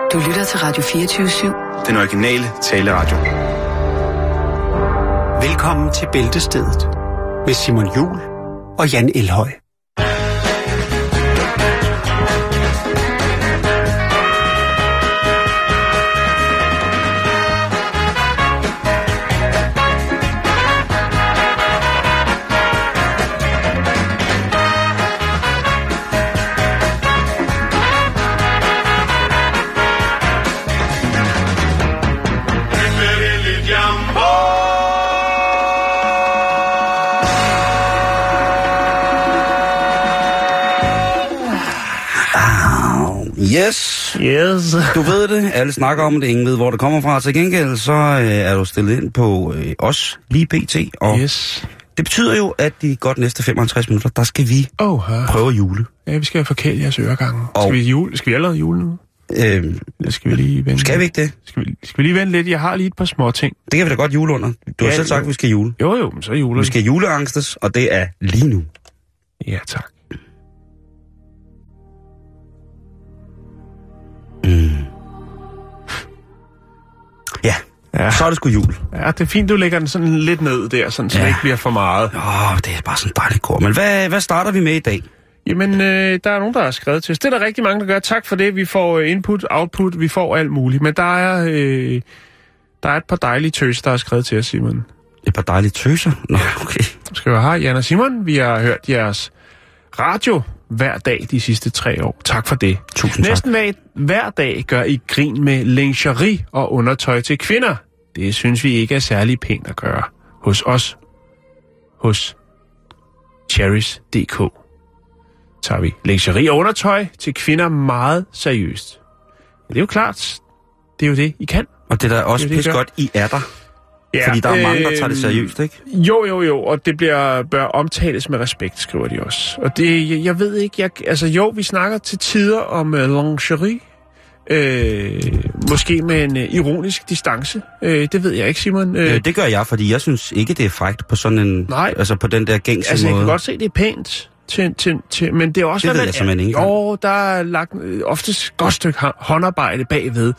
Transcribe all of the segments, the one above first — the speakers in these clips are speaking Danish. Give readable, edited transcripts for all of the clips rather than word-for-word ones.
Du lytter til Radio 24/7. Den originale taleradio. Velkommen til Bæltestedet med Simon Juhl og Jan Elhøj. Yes. Du ved det. Alle snakker om det. Ingen ved, hvor det kommer fra. Til gengæld så er du stillet ind på os lige pt. Og det betyder jo, at de godt næste 55 minutter, der skal vi prøve at jule. Ja, vi skal forkæle jeres øregange. Skal vi allerede jule nu? Skal vi lige vente? Skal vi ikke det? Skal vi lige vente lidt? Jeg har lige et par små ting. Det kan vi da godt jule under. Du har selv sagt, at vi skal jule. Jo, så juler vi. Vi skal juleangstes, og det er lige nu. Ja, tak. Ja, så er det sgu jul. Ja, det er fint, du lægger den sådan lidt ned der, sådan, så det ikke bliver for meget. Det er bare sådan dejligt kort. Men hvad starter vi med i dag? Jamen, der er nogen, der har skrevet til os. Det er der rigtig mange, der gør. Tak for det. Vi får input, output, vi får alt muligt. Men der er et par dejlige tøser, der har skrevet til os, Simon. Et par dejlige tøser? Nå, okay. Skal vi hej, Jan og Simon. Vi har hørt jeres radio hver dag de sidste 3 år. Tak for det. Tusind tak. Næsten hver dag gør I grin med lingerie og undertøj til kvinder. Det synes vi ikke er særlig pænt at gøre. Hos os. Hos Cherries.dk tager vi lingerie og undertøj til kvinder meget seriøst. Det er jo klart. Det er jo det, I kan. Og det er da også pisse godt, I er der. Ja, fordi der er mange, der tager det seriøst, ikke? Jo, og det bør omtales med respekt, skriver de også. Og det, jeg ved ikke, vi snakker til tider om lingerie. Måske med en ironisk distance. Det ved jeg ikke, Simon. Det gør jeg, fordi jeg synes ikke, det er frækt på sådan en... Nej. Altså på den der gængse måde. Jeg kan godt se, det er pænt. Men det er også, det ved jeg simpelthen ikke. Jo, der er lagt oftest godt stykke håndarbejde bagved.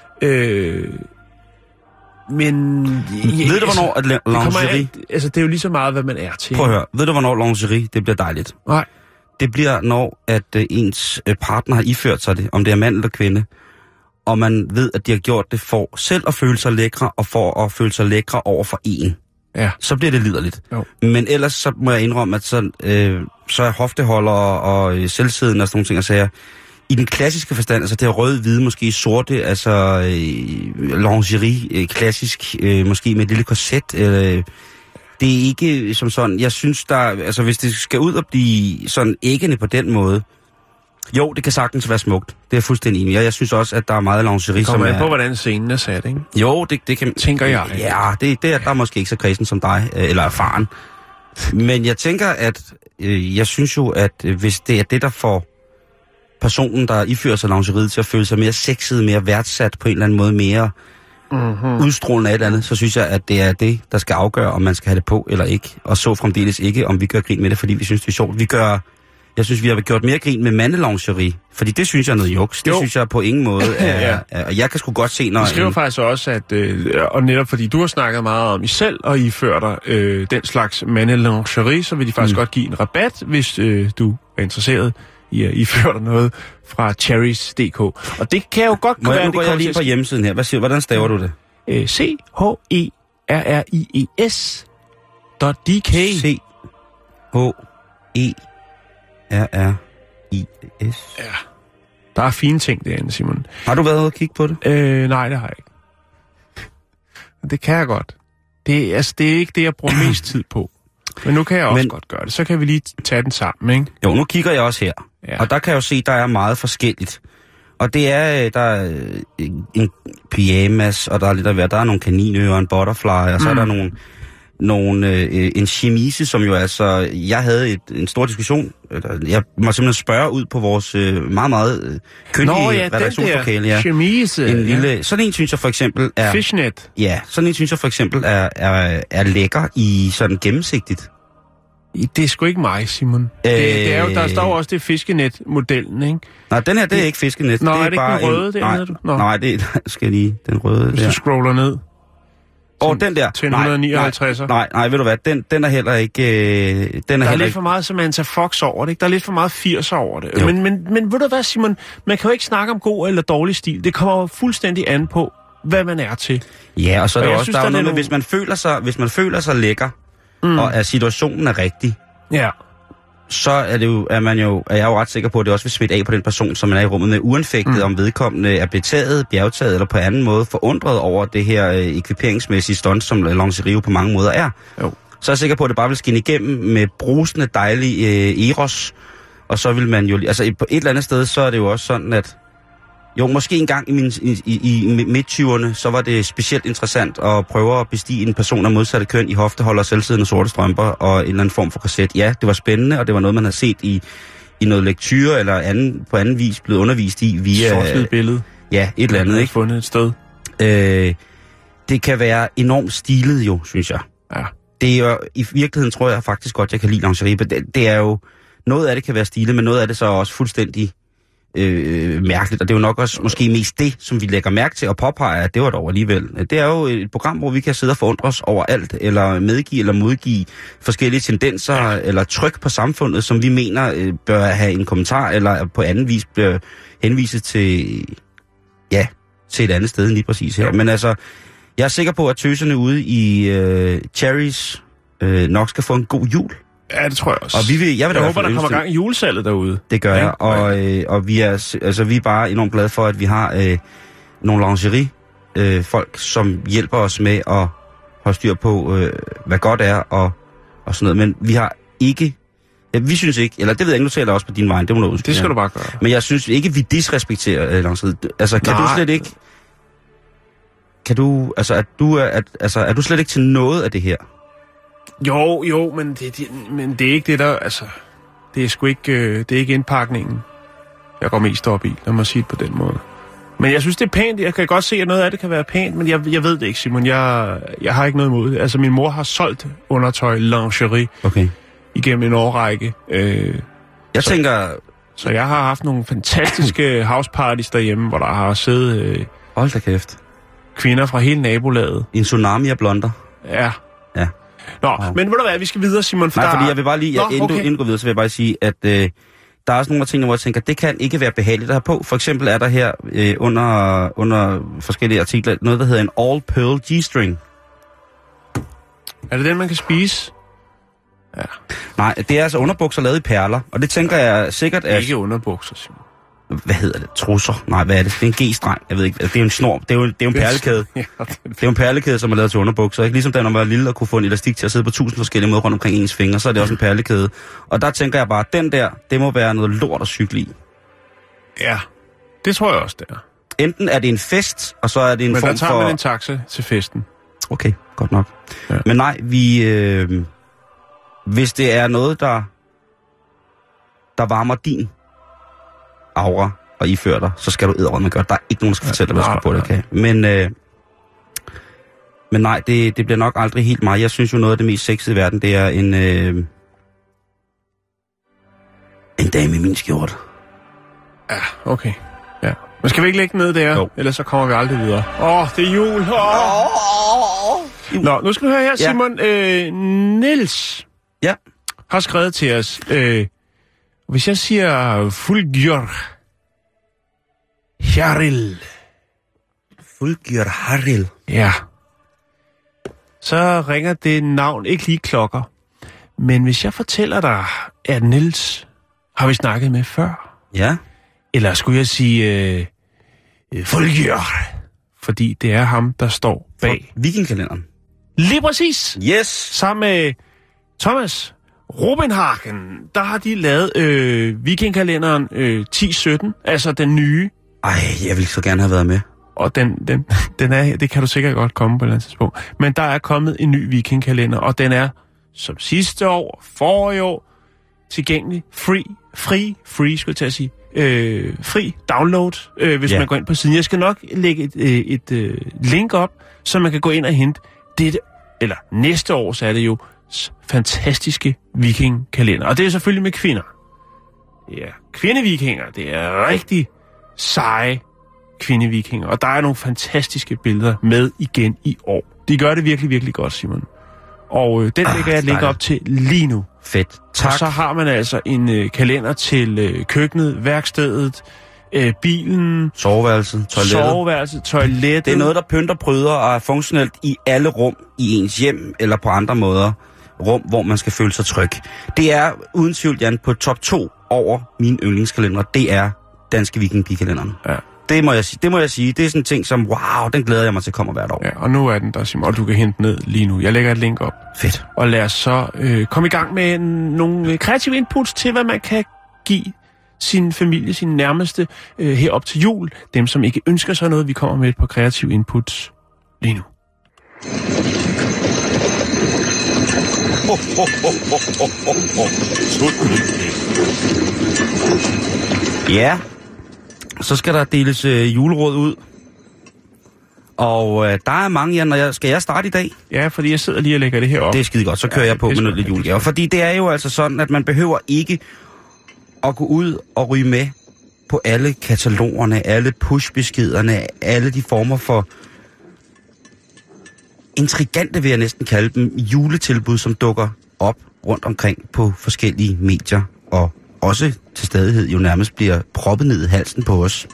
Men... Ved du, hvornår at lingerie... det er jo lige så meget, hvad man er til. Prøv at høre. Ved du, hvornår lingerie, det bliver dejligt? Nej. Det bliver, når at ens partner har iført sig det, om det er mand eller kvinde, og man ved, at de har gjort det for selv at føle sig lækre, og for at føle sig lækre over for en. Ja. Så bliver det liderligt. Jo. Men ellers så må jeg indrømme, at så er hofteholder og selvsiden og sådan nogle ting, og sager, i den klassiske forstand, altså det er røde-hvide, måske sorte, altså lingerie, klassisk, måske med et lille korset. Det er ikke som sådan, jeg synes altså hvis det skal ud og blive sådan æggende på den måde, jo, det kan sagtens være smukt. Det er jeg fuldstændig enig. Jeg synes også, at der er meget lingerie, som er... på, hvordan scenen er sat, ikke? Jo, det kan... Tænker jeg. Ja, der er måske ikke så kredsen som dig, eller erfaren. Men jeg tænker, at jeg synes jo, at hvis det er det, der får personen, der ifører sig lingeriet til at føle sig mere sexet, mere værdsat på en eller anden måde, mere udstrålende af et eller andet, så synes jeg, at det er det, der skal afgøre, om man skal have det på eller ikke. Og så fremdeles ikke, om vi gør grin med det, fordi vi synes, det er sjovt. Jeg synes, vi har gjort mere grin med mandelingerie, fordi det synes jeg er noget juks. Det synes jeg på ingen måde er... Og jeg kan sgu godt se, når... Du skriver faktisk også, at... og netop fordi du har snakket meget om I selv, og I fører dig den slags mandelingerie, så vil de faktisk godt give en rabat, hvis du er interesseret i at iføre dig noget fra Cherries.dk. Og det kan jo godt være... Nu går jeg lige på hjemmesiden her. Hvordan staver du det? CHERRIES.dk CHERRIES. Ja. Der er fine ting derinde, Simon. Har du været ude og kigge på det? Nej, det har jeg ikke. Det kan jeg godt. Det er ikke det, jeg bruger mest tid på. Men nu kan jeg også godt gøre det. Så kan vi lige tage den sammen, ikke? Jo, nu kigger jeg også her. Ja. Og der kan jeg jo se, der er meget forskelligt. Og det er, der er en pyjamas, og der er lidt af hvert. Der er nogle kaninører, en butterfly, og så er der en chemise, som jo altså... Jeg havde en stor diskussion. Jeg må simpelthen spørge ud på vores meget, meget køndige redaktionslokale. Ja, chemise. En lille, sådan en synes jeg for eksempel er... Fishnet. Ja, sådan en synes jeg for eksempel er lækker i sådan gennemsigtigt. Det er sgu ikke mig, Simon. Det er jo, der står også det fiskenet-modellen, ikke? Nej, den her, det er ikke fiskenet. Nå, det er det ikke bare den røde dernede, du? Nå. Nej, det skal lige den røde hvis der. du scroller ned. Den der. Til 159'er. Nej, ved du hvad, den er heller ikke... Der er lidt for meget Samantha Fox over det, ikke? Der er lidt for meget 80'er over det. Men ved du hvad, Simon? Man kan jo ikke snakke om god eller dårlig stil. Det kommer jo fuldstændig an på, hvad man er til. Ja, og så er det også, synes, der er noget med, nogle... hvis man føler sig lækker, og at situationen er rigtig, ja, så er jeg jo ret sikker på, at det også vil smitte af på den person, som man er i rummet med, uanfægtet om vedkommende er betaget, bjergtaget eller på anden måde forundret over det her ekviperingsmæssige stunt, som lingerie på mange måder er. Jo. Så er jeg sikker på, at det bare vil skinne igennem med brusende dejlig eros, og så vil man jo... Altså på et eller andet sted, så er det jo også sådan, at jo, måske en gang i midt-20'erne, så var det specielt interessant at prøve at bestige en person af modsatte køn i hofteholder, selvsiddende sorte strømper og en eller anden form for korset. Ja, det var spændende, og det var noget, man havde set i noget lektyre eller på anden vis blevet undervist i via... Sort-hvid billede. Ja, et eller andet, ikke? Fundet et sted. Det kan være enormt stilet jo, synes jeg. Ja. Det er jo, i virkeligheden tror jeg faktisk godt, jeg kan lide lingerie. Det er jo... Noget af det kan være stilet, men noget af det så er også fuldstændig... mærkeligt, og det er jo nok også måske mest det, som vi lægger mærke til og påpeger, at det var dog alligevel. Det er jo et program, hvor vi kan sidde og forundre os over alt, eller medgive eller modgive forskellige tendenser, eller tryk på samfundet, som vi mener bør have en kommentar, eller på anden vis bør henvise til, til et andet sted lige præcis her. Ja. Men altså, jeg er sikker på, at tøserne ude i Cherries nok skal få en god jul. Ja, det tror jeg også. Og jeg håber, der kommer gang i julesalget derude. Det gør jeg, og vi er bare enormt glade for, at vi har nogle lingerie folk, som hjælper os med at holde styr på, hvad godt er og sådan noget. Men vi har ikke, vi synes ikke, eller det ved jeg ikke, nu taler jeg også på din vej, det må du undskylde. Det skal du bare gøre. Men jeg synes ikke, vi disrespekterer lingerie. Altså, kan du slet ikke, er du slet ikke til noget af det her? Jo, men det er ikke det der, altså, det er sgu ikke, det er ikke indpakningen, jeg går mest op i, lad mig sige det på den måde. Men jeg synes, det er pænt, jeg kan godt se, at noget af det kan være pænt, men jeg ved det ikke, Simon, jeg har ikke noget imod det. Altså, min mor har solgt undertøj, lingerie, igennem en årrække. Jeg tænker... Så jeg har haft nogle fantastiske houseparties derhjemme, hvor der har siddet... hold da kæft. Kvinder fra hele nabolaget. En tsunami af blonder. Ja. Nå, men ved du hvad, vi skal videre, Simon. Fordi jeg vil bare lige, inden du går videre, så vil jeg bare sige, at der er også nogle af tingene, hvor jeg tænker, det kan ikke være behageligt at have på. For eksempel er der her under forskellige artikler noget, der hedder en all-pearl G-string. Er det den, man kan spise? Ja. Nej, det er altså underbukser lavet i perler, og det tænker jeg sikkert er... Ikke underbukser, Simon. Hvad hedder det? Trusser? Nej, hvad er det? Det er en G-streng. Jeg ved ikke. Det er en snor. Det er jo en perlekæde. Det er jo en perlekæde, som er lavet til underbukser. Ikke? Ligesom da man var lille og kunne få en elastik til at sidde på 1000 forskellige måder rundt omkring ens fingre, så er det også en perlekæde. Og der tænker jeg bare, at den der, det må være noget lort at cykle i. Ja, det tror jeg også, det er. Enten er det en fest, og så er det en form for... Men der tager man en taxa til festen. Okay, godt nok. Ja. Men nej, hvis det er noget, der varmer din aura og ifører dig, så skal du edderrømme gøre. Der er ikke nogen, der skal fortælle dig, hvad du skal på det, kan. Men nej, det bliver nok aldrig helt mig. Jeg synes jo, noget af det mest sexede i verden, det er en dame i min skjorte. Ja, okay. Ja. Men skal vi ikke lægge ned der? Jo. Ellers så kommer vi aldrig videre. Det er jul. Nå, nu skal du høre her, Simon. Niels har skrevet til os... hvis jeg siger Fulgjør Haril. Fulgjør Haril? Ja. Så ringer det navn ikke lige klokker. Men hvis jeg fortæller dig, at Niels har vi snakket med før. Ja. Eller skulle jeg sige Fulgjør. Fordi det er ham, der står bag Vikingkalenderen. Lige præcis. Yes. Sammen med Thomas Robinhagen, der har de lavet Vikingkalenderen 10-17, altså den nye. Ej, jeg ville så gerne have været med. Og den er, det kan du sikkert godt komme på et eller andet tidspunkt. Men der er kommet en ny Vikingkalender, og den er som sidste år, forrige år, tilgængelig, free, skulle jeg til at sige. Fri download, hvis man går ind på siden. Jeg skal nok lægge et link op, så man kan gå ind og hente dette, eller næste år, så er det jo fantastiske vikingkalender. Og det er selvfølgelig med kvinder. Det er kvindevikinger. Det er rigtig seje kvindevikinger. Og der er nogle fantastiske billeder med igen i år. De gør det virkelig, virkelig godt, Simon. Og den lægger jeg lægger op til lige nu. Fedt. Tak. Og så har man altså en kalender til køkkenet, værkstedet, bilen, soveværelset, toilettet. Det er noget, der pynter, pryder og er funktionelt i alle rum i ens hjem, eller på andre måder rum, hvor man skal føle sig tryg. Det er uden tvivl, Jan, på top 2 over mine yndlingskalendere. Det er Danske Vikingpigekalenderen. Ja. Det må jeg sige. Det er sådan en ting som, wow, den glæder jeg mig til at komme hvert år. Ja, og nu er den der, Simon, og du kan hente ned lige nu. Jeg lægger et link op. Fedt. Og lad os så komme i gang med nogle kreative inputs til, hvad man kan give sin familie, sin nærmeste herop til jul. Dem, som ikke ønsker sig noget, vi kommer med et par kreative inputs lige nu. Ja, så skal der deles juleråd ud. Og der er mange, Jan, skal jeg starte i dag? Ja, fordi jeg sidder lige og lægger det her op. Det er skide godt, så kører jeg på med noget lidt julegaver. Fordi det er jo altså sådan, at man behøver ikke at gå ud og ryge med på alle katalogerne, alle pushbeskederne, alle de former for intrigante, vil jeg næsten kalde dem, juletilbud, som dukker op rundt omkring på forskellige medier, og også til stadighed jo nærmest bliver proppet ned i halsen på os.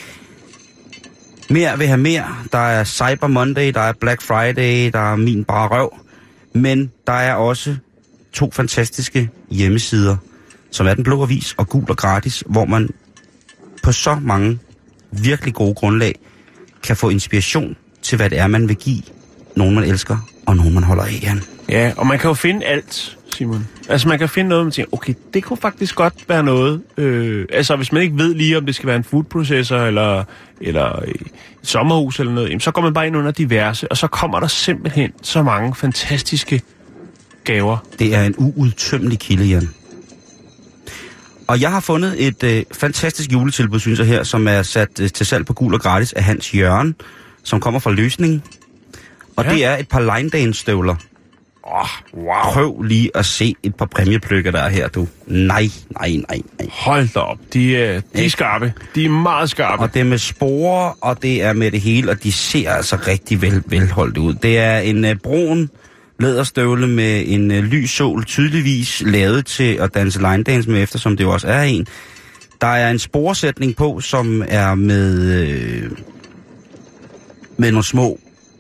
Mere vil have mere. Der er Cyber Monday, der er Black Friday, der er min bare røv. Men der er også 2 fantastiske hjemmesider, som er Den Blå Avis og Gul og Gratis, hvor man på så mange virkelig gode grundlag kan få inspiration til, hvad det er, man vil give nogen, man elsker, og nogen, man holder af, Jan. Ja, og man kan jo finde alt, Simon. Altså, man kan finde noget, man tænker, okay, det kunne faktisk godt være noget. Altså, hvis man ikke ved lige, om det skal være en foodprocessor, eller et sommerhus, eller noget, så går man bare ind under diverse, og så kommer der simpelthen så mange fantastiske gaver. Det er en uudtømmelig kilde, Jan. Og jeg har fundet et fantastisk juletilbud, synes jeg her, som er sat til salg på Gul og Gratis af Hans Jørgen, som kommer fra Løsning. Og det er et par line dance støvler. Wow. Prøv lige at se et par præmiepløkker, der er her, du. Nej. Hold da op. De er skarpe. De er meget skarpe. Og det er med sporer, og det er med det hele, og de ser altså rigtig velholdt ud. Det er en brun læderstøvle med en lys sol, tydeligvis lavet til at danse line dance med, eftersom det jo også er en. Der er en sporesætning på, som er med nogle små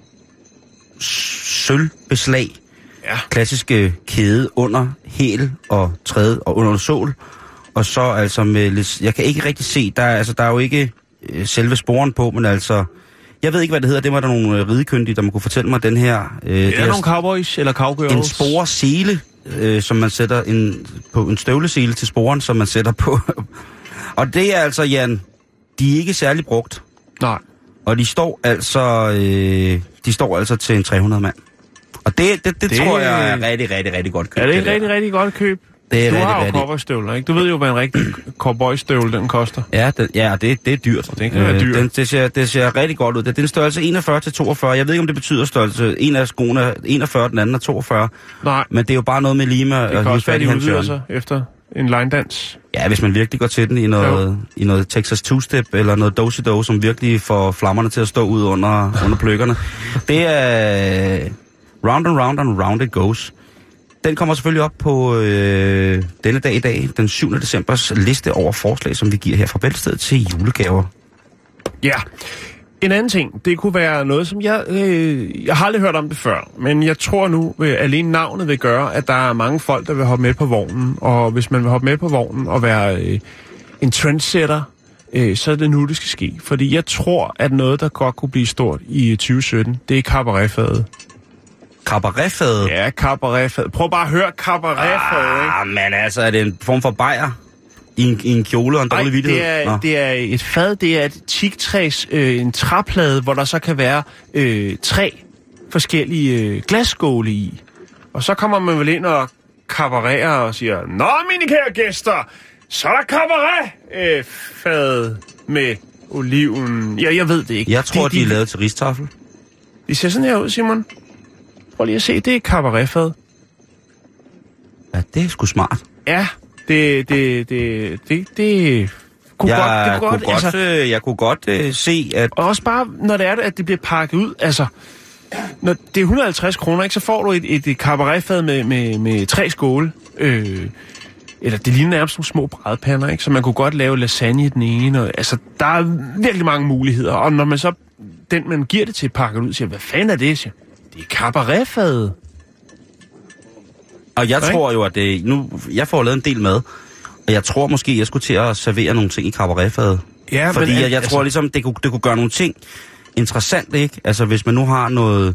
sølvbeslag. Ja. Klassiske kæde under hæl og træde og under sål. Og så altså med lidt, jeg kan ikke rigtig se, der er jo ikke selve sporen på, men altså, jeg ved ikke, hvad det hedder. Det var der nogle ridekyndige, der må kunne fortælle mig den her. Det er nogle cowboys eller cowgirls. En sporesele, som man sætter på en støvlesele til sporen, som man sætter på. Og det er altså, Jan, de er ikke særlig brugt. Nej. Og de står altså til en 300 mand. Og det tror jeg er rigtig godt køb. Ja, det er et rigtig godt køb. Det er du har jo cowboystøvler, ikke? Du ved jo, hvad en rigtig cowboystøvle den koster. Ja, det er dyrt. Og den kan være dyrt. Det ser rigtig godt ud. Det er en størrelse 41 til 42. Jeg ved ikke, om det betyder størrelse. En af skoene er 41, den anden er 42. Nej. Men det er jo bare noget med lima. Det kan også være, de udvider sig efter en line-dans. Ja, hvis man virkelig går til den i noget Texas Two-Step eller noget Do-Si-Do, som virkelig får flammerne til at stå ud under pløkkerne. Det er round and round and round it goes. Den kommer selvfølgelig op på denne dag i dag, den 7. decembers liste over forslag, som vi giver her fra Bæltestedet til julegaver. Ja. En anden ting, det kunne være noget, som jeg har aldrig hørt om det før, men jeg tror nu, alene navnet vil gøre, at der er mange folk, der vil hoppe med på vognen, og hvis man vil hoppe med på vognen og være en trendsetter, så er det nu, det skal ske. Fordi jeg tror, at noget, der godt kunne blive stort i 2017, det er cabaretfadet. Cabaretfadet? Ja, cabaretfadet. Prøv bare at høre cabaretfadet, ikke? Men altså, er det en form for bajer? I en kjole og en dårlig vittighed? Det er et fad, det er et teaktræs, en træplade, hvor der så kan være 3 forskellige glasskåle i. Og så kommer man vel ind og cabareter og siger, nå, mine kære gæster, så er der cabaretfad med oliven. Ja, jeg ved det ikke. Jeg tror, de er lavet til ristafel. De ser sådan her ud, Simon. Prøv lige at se, det er cabaretfad. Ja, det er sgu smart. Ja, det kunne jeg kunne godt se, at... Og også bare, når det er, at det bliver pakket ud, altså... Når det er 150 kroner, ikke, så får du et cabaretfad med 3 skåle. Eller det ligner nærmest nogle små brædpander, ikke? Så man kunne godt lave lasagne i den ene. Og, altså, der er virkelig mange muligheder. Og når man så, den man giver det til, pakker ud, siger, hvad fanden er det? Siger, det er cabaretfadet. Og jeg tror jo, at det... Nu, jeg får lavet en del mad, og jeg tror måske, jeg skulle til at servere nogle ting i cabaretfadet. Ja, fordi men, jeg tror ligesom, det kunne gøre nogle ting interessant, ikke? Altså, hvis man nu har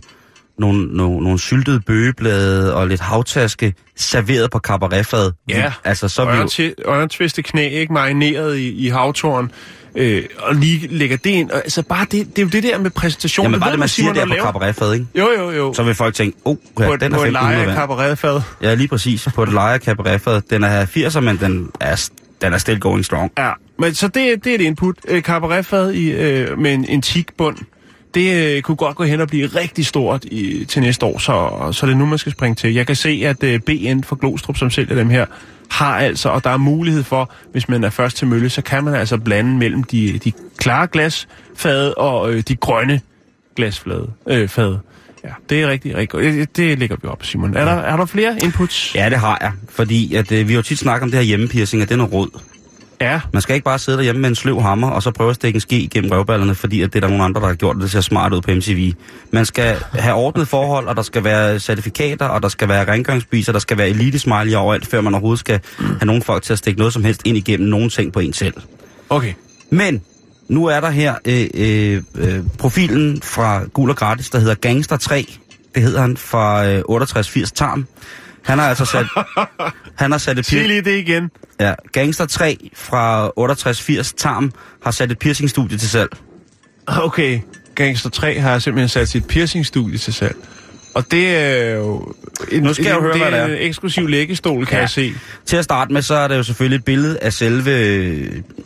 nogle syltede bøgeblade og lidt havtaske serveret på cabaretfad. Ja, altså, så øjentvistet knæ, ikke, marineret i havtorn, og lige lægger det ind. Altså, bare det er jo det der med præsentation. Jamen, bare det, man siger der på cabaretfad, ikke? Jo. Så vil folk tænke, den er 1500 på et leje cabaretfad. Ja, lige præcis. På et leje cabaretfad. Den er 80'er, men den er still going strong. Ja, men så det er et input. Cabaretfad med en teakbund. Det kunne godt gå hen og blive rigtig stort til næste år, så det er nu, man skal springe til. Jeg kan se, at BN for Glostrup, som sælger dem her, har altså, og der er mulighed for, hvis man er først til mølle, så kan man altså blande mellem de klare glasfade og de grønne glasfade. Ja, det er rigtig godt. Det lægger vi op, Simon. Er der flere inputs? Ja, det har jeg. Fordi at, vi har jo tit snakket om det her hjemmepiercing, og det er noget råd. Ja. Man skal ikke bare sidde derhjemme med en sløv hammer, og så prøve at stikke en ske igennem røvballerne, fordi at det er der nogle andre, der har gjort det. Det ser smart ud på MTV. Man skal have ordnet forhold, og der skal være certifikater, og der skal være rengøringsbeviser, der skal være elitesmiley overalt, før man overhovedet skal have nogle folk til at stikke noget som helst ind igennem nogen ting på en selv. Okay. Men nu er der her profilen fra Gul og Gratis, der hedder Gangster 3. Det hedder han fra 6880 Tarm. Han har altså sat et sig lige det igen. Ja, Gangster 3 fra 6880 Tarm har sat et piercingstudie til salg. Okay, Gangster 3 har simpelthen sat sit piercingstudie til salg. Og det er jo nu skal jeg jo høre, hvad det er. En eksklusiv læggestol, kan jeg se. Til at starte med, så er der jo selvfølgelig et billede af selve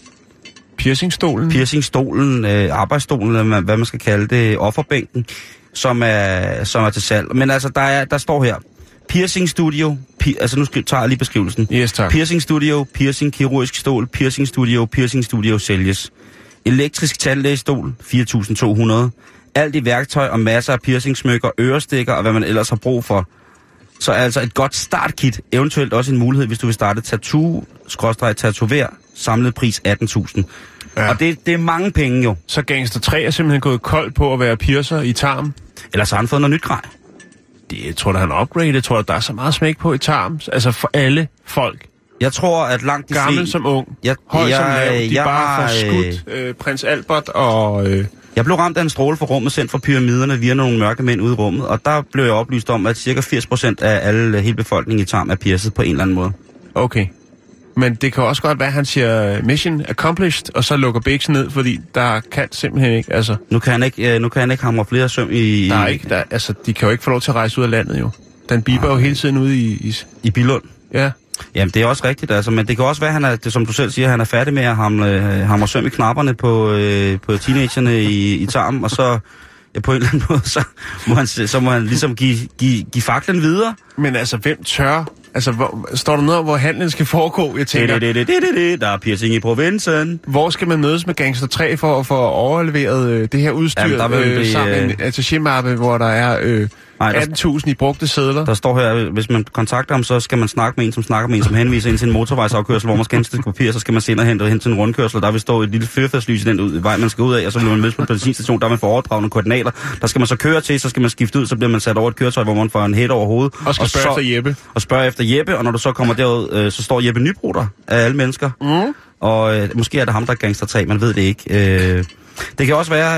piercingstolen, arbejdsstolen, eller hvad man skal kalde det, offerbænken, som er til salg. Men altså, der står her, piercing studio, altså nu tager jeg lige beskrivelsen. Yes, tak. Piercing studio, piercing kirurgisk stol, piercing studio sælges. Elektrisk tandlægestol, 4.200. Alt i værktøj og masser af piercingsmykker, ørestikker og hvad man ellers har brug for. Så altså et godt startkit, eventuelt også en mulighed, hvis du vil starte tattoo/tatover, samlet pris 18.000. Ja. Og det er mange penge jo. Så Gangster 3 er simpelthen gået kold på at være piercer i Tarm? Eller så har han fået noget nyt grej. Det tror jeg, han upgrade. Jeg tror, der er så meget smæk på i Tarm. Altså for alle folk. Jeg tror, at langt de gammel som ung, høj som lav, de bare får skudt prins Albert og... Jeg blev ramt af en stråle fra rummet, sendt fra pyramiderne via nogle mørke mænd ude i rummet, og der blev jeg oplyst om, at ca. 80% af hele befolkningen i Tarm er piercet på en eller anden måde. Okay. Men det kan også godt være, at han siger mission accomplished, og så lukker Bix ned, fordi der kan simpelthen ikke, altså... Nu kan han ikke hamre flere søm i... Der er ikke, altså, de kan jo ikke få lov til at rejse ud af landet, jo. Den biber jo hele tiden ude i Billund. Ja. Jamen, det er også rigtigt, altså, men det kan også være, han er, det, som du selv siger, han er færdig med at hamre søm i knapperne på teenagerne i Tarm, og så... Ja, på en eller anden måde, så må han ligesom give faklen videre. Men altså, hvem tør? Altså, står der noget om, hvor handlen skal foregå? Jeg tænker... Der er piercing i provinsen. Hvor skal man mødes med Gangster 3 for at få overleveret det her udstyr sammen med en attaché-mappe, hvor der er 18.000 i brugte sedler? Der står her, hvis man kontakter ham, så skal man snakke med en, som snakker med en, som henviser ind til en motorvejsafkørsel, hvor man skal hente papir, så skal man senere hen til en rundkørsel, der vil stå et lille førfærdslys i den vej, man skal ud af, og så vil man mødes på en benzinstation, der vil man få overdraget nogle koordinater. Der skal man så køre til, så skal man skifte ud, så bliver man sat over et køretøj, hvor man får en hæt over hovedet. Og skal spørge efter Jeppe. Og spørge efter Jeppe, og når du så kommer derud, så står Jeppe Nybro der af alle mennesker. Mm. Og måske er det ham, der er Gangster 3, man ved det ikke. Det kan også være,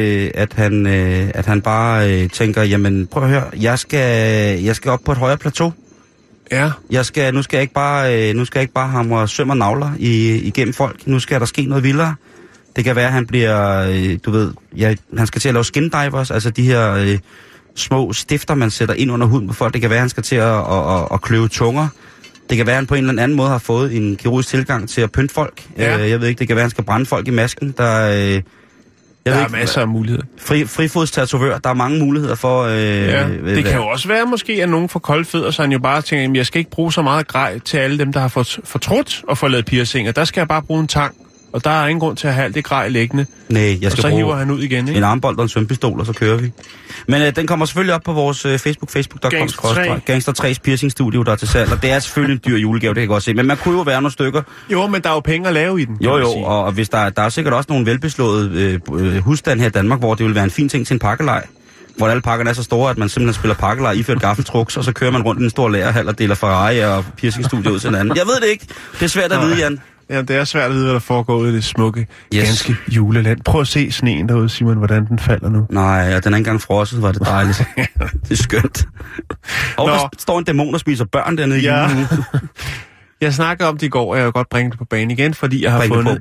at han bare tænker, jamen prøv at høre, jeg skal op på et højere plateau. Ja. Nu skal jeg ikke bare hamre søm og navler igennem folk. Nu skal der ske noget vildere. Det kan være, at han bliver, han skal til at lave skin divers, altså de her små stifter, man sætter ind under huden på folk. Det kan være, at han skal til at kløve tunger. Det kan være, at han på en eller anden måde har fået en kirurgisk tilgang til at pynte folk. Ja. Jeg ved ikke, det kan være, at han skal brænde folk i masken. Der er masser af muligheder. Frifodstatovør, der er mange muligheder for... det kan jo også være måske, at nogen får kolde fødder, så han jo bare tænker, at jeg skal ikke bruge så meget grej til alle dem, der har fortrudt og fået lavet piercinger. Der skal jeg bare bruge en tang, og der er ingen grund til at have alt det grej liggende. Nej, jeg skal så bruge hiver han ud igen, ikke? En armbold og en svømpistol, og så kører vi. Men den kommer selvfølgelig op på vores facebook.com. Gangster 3's piercingstudio, der er til salg, og det er selvfølgelig en dyr julegave, det kan jeg godt se. Men man kunne jo være nogle stykker. Jo, men der er jo penge at lave i den. Jo, og hvis der er sikkert også nogle velbeslåede husstand her i Danmark, hvor det vil være en fin ting til en pakkelej. Hvor alle pakkerne er så store, at man simpelthen spiller pakkelej, iført gaffeltruks, og så kører man rundt i en stor lagerhal og deler Ferrari og piercingstudio ud til hinanden. Jeg ved det ikke. Det er svært at vide, Jan. Ja, det er svært at vide, hvad der foregår ude i det smukke, ganske juleland. Prøv at se sneen derude, Simon, hvordan den falder nu. Nej, og den er ikke engang frosset, var det dejligt. Det er skønt. Og der står en dæmon og spiser børn dernede i julen. Jeg snakkede om det i går, og jeg vil godt bringe det på banen igen, fordi jeg har fundet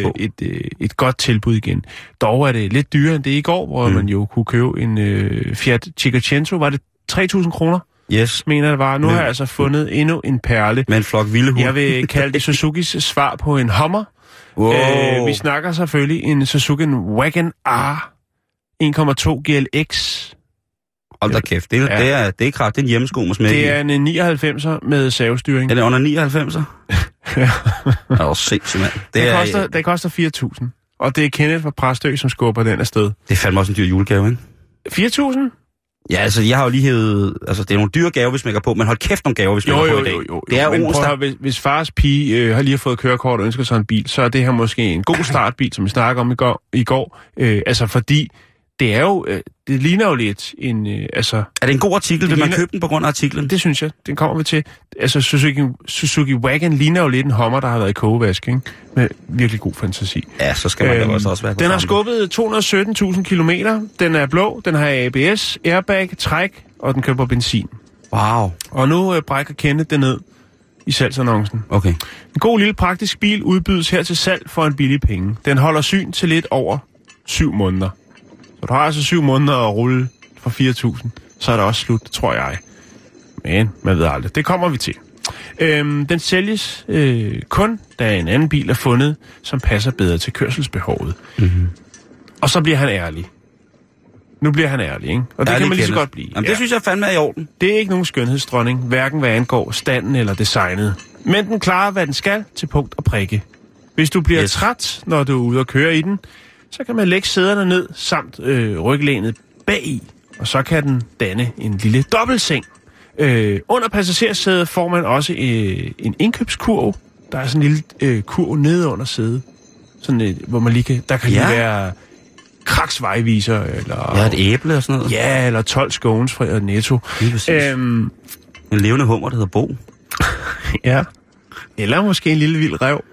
et godt tilbud igen. Dog er det lidt dyrere end det i går, hvor man jo kunne købe en Fiat Cinquecento. Var det 3.000 kroner? Yes. Mener det var. Nu har jeg altså fundet endnu en perle. Med en flok vilde hund. Jeg vil kalde det Suzukis svar på en Hummer. Wow. Vi snakker selvfølgelig en Suzuki Wagon R 1,2 GLX. Hold da kæft. Det er kraft. Det er en hjemmesko med smæk. Det er en 99'er med savestyring. Er det under 99'er? Ja. Det er også sindssygt, mand. Det koster 4.000. Og det er Kenneth fra Præstø, som skubber den afsted. Det er fandme også en dyr julegave, ikke? 4.000? Ja, altså, jeg har jo lige hævet... Altså, det er nogle dyre gaver, vi smækker på, men hold kæft nogle gaver, vi smækker på i dag. Jo. Det er onsdag. Hvis fars pige har lige fået kørekort og ønsker sig en bil, så er det her måske en god startbil, som vi snakker om i går. Altså, fordi det er jo... Det ligner jo lidt en... Er det en god artikel? Vil man købe den på grund af artiklen? Det synes jeg. Den kommer vi til. Altså, Suzuki Wagon ligner jo lidt en Hummer, der har været i kogevask, ikke? Med virkelig god fantasi. Ja, så skal man jo også være. Den har skubbet 217.000 kilometer. Den er blå. Den har ABS, airbag, træk, og den kører på benzin. Wow. Og nu brækker Kenneth det ned i salgsannoncen. Okay. En god lille praktisk bil udbydes her til salg for en billig penge. Den holder syn til lidt over 7 måneder. Så du har altså 7 måneder at rulle for 4.000, så er det også slut, tror jeg. Men man ved aldrig. Det kommer vi til. Den sælges kun, da en anden bil er fundet, som passer bedre til kørselsbehovet. Mm-hmm. Og så bliver han ærlig. Nu bliver han ærlig, ikke? Og det kan man lige så godt blive. Jamen, det synes jeg fandme er i orden. Det er ikke nogen skønhedsdronning, hverken hvad angår standen eller designet. Men den klarer, hvad den skal, til punkt og prikke. Hvis du bliver træt, når du er ude og køre i den, så kan man lægge sæderne ned samt ryglænet bagi, og så kan den danne en lille dobbeltseng. Under passagersædet får man også en indkøbskurv. Der er sådan en lille kurv nede under sædet, sådan hvor man lige kan, der kan lige være Kraks vejviser, eller... Ja, et æble og sådan noget. Ja, eller 12 scones fra Netto. En levende hummer, der hedder Bo. Ja. Eller måske en lille vild ræv.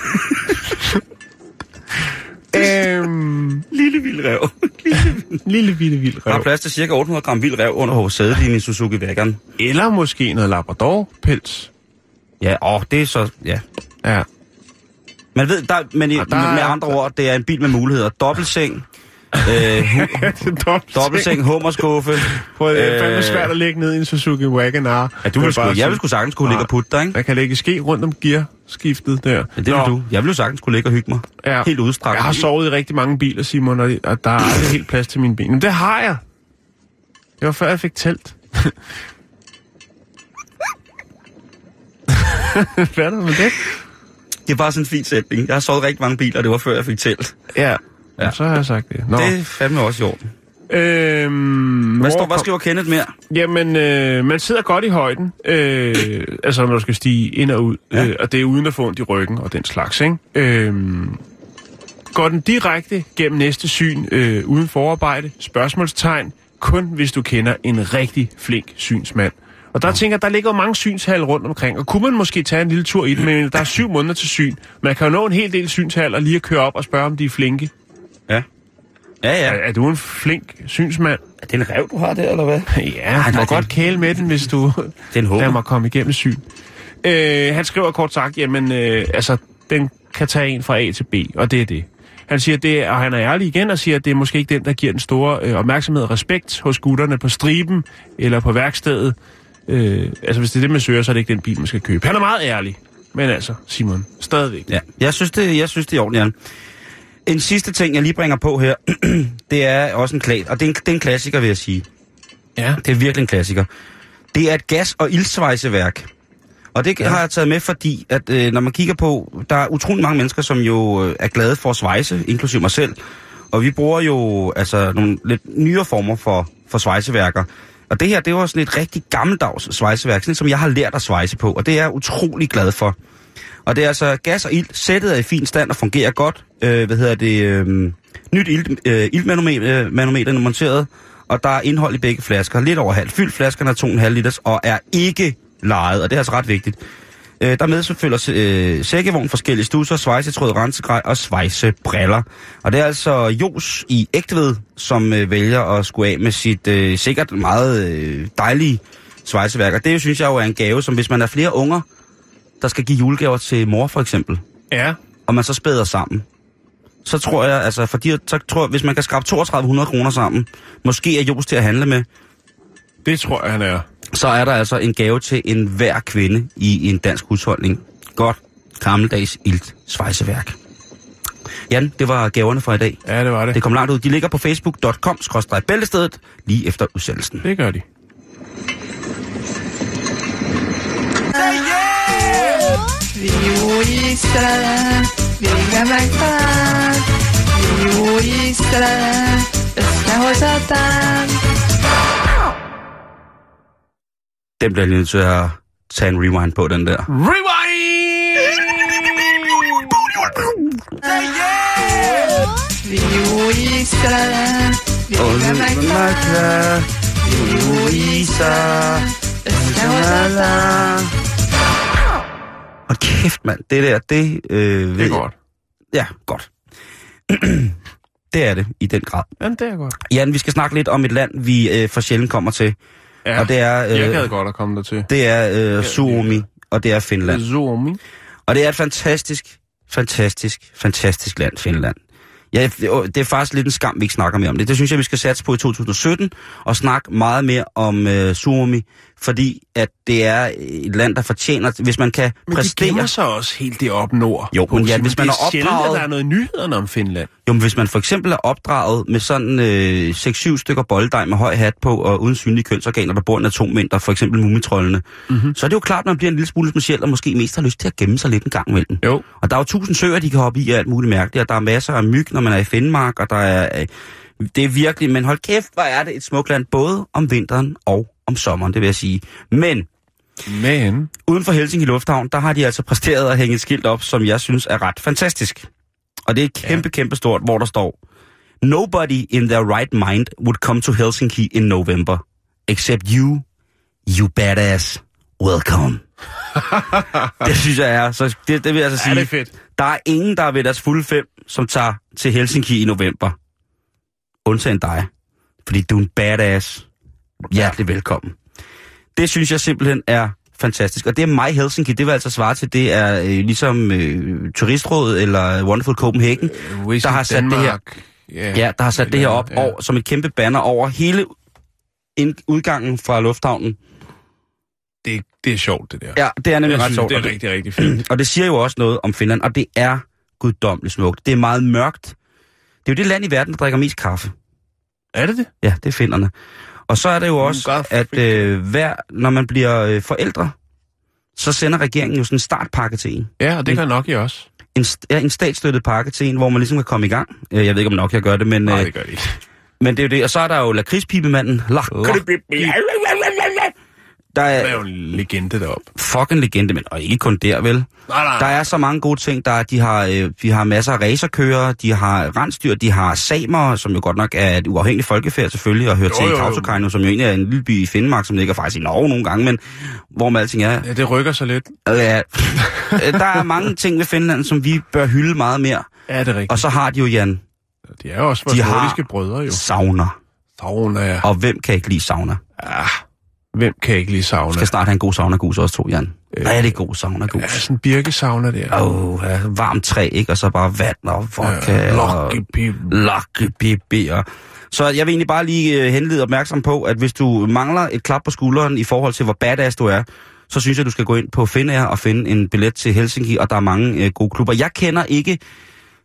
Lille vild ræv. Lille vild ræv. Der er plads til cirka 800 gram vild ræv under sædet i min Suzuki Wagon. Eller måske noget Labrador-pels. Ja, det er så... Ja. Man ved, med andre ord, det er en bil med muligheder. Dobbeltseng. Dobbeltseng, hummerskuffe. Det er fandme svært at lægge ned i en Suzuki Wagon R. Ja, jeg vil sgu sagtens kunne ligge og putte dig, ikke? Jeg kan lægge ske rundt om gearskiftet der. Ja, det vil du. Jeg vil jo sagtens kunne ligge og hygge mig. Ja. Helt udstrakt. Jeg har sovet i rigtig mange biler, Simon, og der er aldrig helt plads til mine ben. Men det har jeg. Det var før jeg fik telt. Hvad er der med det? Det er bare sådan en fin sætning. Jeg har sovet rigtig mange biler, og det var før jeg fik telt. Ja. Så har jeg sagt det. Nå. Det er fandme også i orden. Hvad skriver Kenneth mere? Jamen, man sidder godt i højden, altså når du skal stige ind og ud, og det er uden at få ondt i ryggen og den slags, ikke? Går den direkte gennem næste syn uden forarbejde? Spørgsmålstegn. Kun hvis du kender en rigtig flink synsmand. Og der tænker jeg, der ligger jo mange synshaller rundt omkring, og kunne man måske tage en lille tur i den, men der er 7 måneder til syn. Man kan jo nå en hel del synshaller lige at køre op og spørge, om de er flinke. Ja. Er du en flink synsmand? Er det en ræv, du har der, eller hvad? Ja, du må godt kæle med den, hvis du lader mig komme igennem syn. Han skriver kort sagt, jamen, den kan tage en fra A til B, og det er det. Han siger det, og han er ærlig igen og siger, at det er måske ikke den, der giver den store opmærksomhed og respekt hos gutterne på striben eller på værkstedet. Hvis det er det, man søger, så er det ikke den bil, man skal købe. Han er meget ærlig, men altså, Simon, stadigvæk. Ja, jeg synes det er ordentligt, Jan. En sidste ting, jeg lige bringer på her, det er også og det er en klassiker, vil jeg sige. Ja. Det er virkelig en klassiker. Det er et gas- og ildsvejseværk. Og det har jeg taget med, fordi at når man kigger på, der er utrolig mange mennesker, som jo er glade for at svejse, inklusive mig selv. Og vi bruger jo altså nogle lidt nyere former for svejseværker. Og det her, det var sådan et rigtig gammeldags svejseværk, sådan som jeg har lært at svejse på, og det er jeg utrolig glad for. Og det er altså gas og ild. Sættet er i fin stand og fungerer godt. Nyt iltmanometer monteret, og der er indhold i begge flasker. Lidt over halvt. Fyldt flaskerne er 2,5 liters og er ikke lejet, og det er altså ret vigtigt. Der medfølger sækkevogn, forskellige stusser, svejsetråd, rensegrej og svejsebriller. Og det er altså Jos i Ægtved, som vælger at skulle af med sit sikkert meget dejlige svejseværk. Og det synes jeg jo er en gave, som hvis man er flere unger, der skal give julegaver til mor for eksempel. Ja. Og man så spæder sammen. Så tror jeg, altså, hvis man kan skrabe 3200 kroner sammen, måske er Jos til at handle med. Det tror jeg, han er. Så er der altså en gave til enhver kvinde i en dansk husholdning. Godt, gammeldags ilt svejseværk. Jan, det var gaverne for i dag. Ja, det var det. Det kom langt ud. De ligger på facebook.com/bæltestedet lige efter udsendelsen. Det gør de. Den bliver nødt til at tage en rewind på, den der. Rewind! Og kæft, mand. Det der, det... det er godt. Ja, godt. Det er det, i den grad. Jamen, det er godt. Jan, vi skal snakke lidt om et land, vi for sjældent kommer til. Ja, og det er, jeg gad godt at komme der til. Det er Suomi, og det er Finland. Suomi. Og det er et fantastisk land, Finland. Ja, det er faktisk lidt en skam, vi ikke snakker mere om det. Det synes jeg, vi skal satse på i 2017, og snakke meget mere om Suomi, fordi at det er et land, der fortjener, hvis man kan præstere... Men de gemmer sig også helt deroppe nord. Jo, men ja, hvis man er opdraget... sjældent, at der er noget nyhederne om Finland. Jo, men hvis man for eksempel er opdraget med sådan 6-7 stykker bolledej med høj hat på, og uden synlige kønsorganer, der bor en atommængder, for eksempel mumitrollene, så er det jo klart, at man bliver en lille smule speciel, og måske mest har lyst til at gemme sig lidt en gang imellem. Jo. Og der er jo 1000 søer, de kan hoppe i, og alt muligt mærkeligt, og der er masser af myg, når man er i Finnmark, og der er... Det er virkelig, men hold kæft, hvor er det et smukt land, både om vinteren og om sommeren, det vil jeg sige. Men uden for Helsinki Lufthavn, der har de altså præsteret at hænge et skilt op, som jeg synes er ret fantastisk. Og det er kæmpe stort, hvor der står: Nobody in their right mind would come to Helsinki in November, except you badass. Welcome. Det synes jeg er. Så det vil jeg altså sige. Det er fedt. Der er ingen, der er ved deres fulde 5, som tager til Helsinki i november. Undtagen dig. Fordi du er en badass. Hjertelig velkommen. Det synes jeg simpelthen er fantastisk. Og det er mig Helsinki, det vil altså svare til, det er ligesom Turistrådet eller Wonderful Copenhagen, der har sat Denmark. Det her. Ja, der har sat det her op som et kæmpe banner over hele udgangen fra lufthavnen. Det er sjovt, det der. Ja, det er nemlig ret sjovt. Det er rigtig, rigtig fint. Og det siger jo også noget om Finland, og det er guddommeligt smukt. Det er meget mørkt. Det er jo det land i verden, der drikker mest kaffe. Er det det? Ja, det er finnerne. Og så er det jo også, at når man bliver forældre, så sender regeringen jo sådan en startpakke til en. Ja, og det gør Nokia også. En statsstøttet pakke til en, hvor man ligesom kan komme i gang. Jeg ved ikke, om Nokia gør det, men... Nej, det gør det ikke. Men det er jo det. Og så er der jo lakridspibemanden. Der er jo en legende deroppe. Fucking legende, men og ikke kun der, vel? Nej. Der er så mange gode ting. De har masser af racerkører, de har rensdyr, de har samer, som jo godt nok er et uafhængigt folkefærd selvfølgelig, og hører til i Kautokeino, som jo egentlig er en lille by i Finnmark, som ligger faktisk i Norge nogle gange, men hvor man alting er. Ja, det rykker så lidt. Ja, der er mange ting ved Finland, som vi bør hylde meget mere. Ja, det er rigtigt. Og så har de jo, Jan... De er jo også vores nordiske brødre, jo. Sauna. Sauna, ja. Og hvem kan ikke lide sauna? Ja. Hvem kan ikke lide sauna? Vi skal snart have en god saunagus også, to, Jan. Er det god saunagus? Ja, sådan en birkesauna der. Ja, varmt træ, ikke? Og så bare vand og vodka og lakkepipi. Så jeg vil egentlig bare lige henlede opmærksom på, at hvis du mangler et klap på skulderen i forhold til, hvor badass du er, så synes jeg, du skal gå ind på Finnair og finde en billet til Helsinki, og der er mange gode klubber. Jeg kender ikke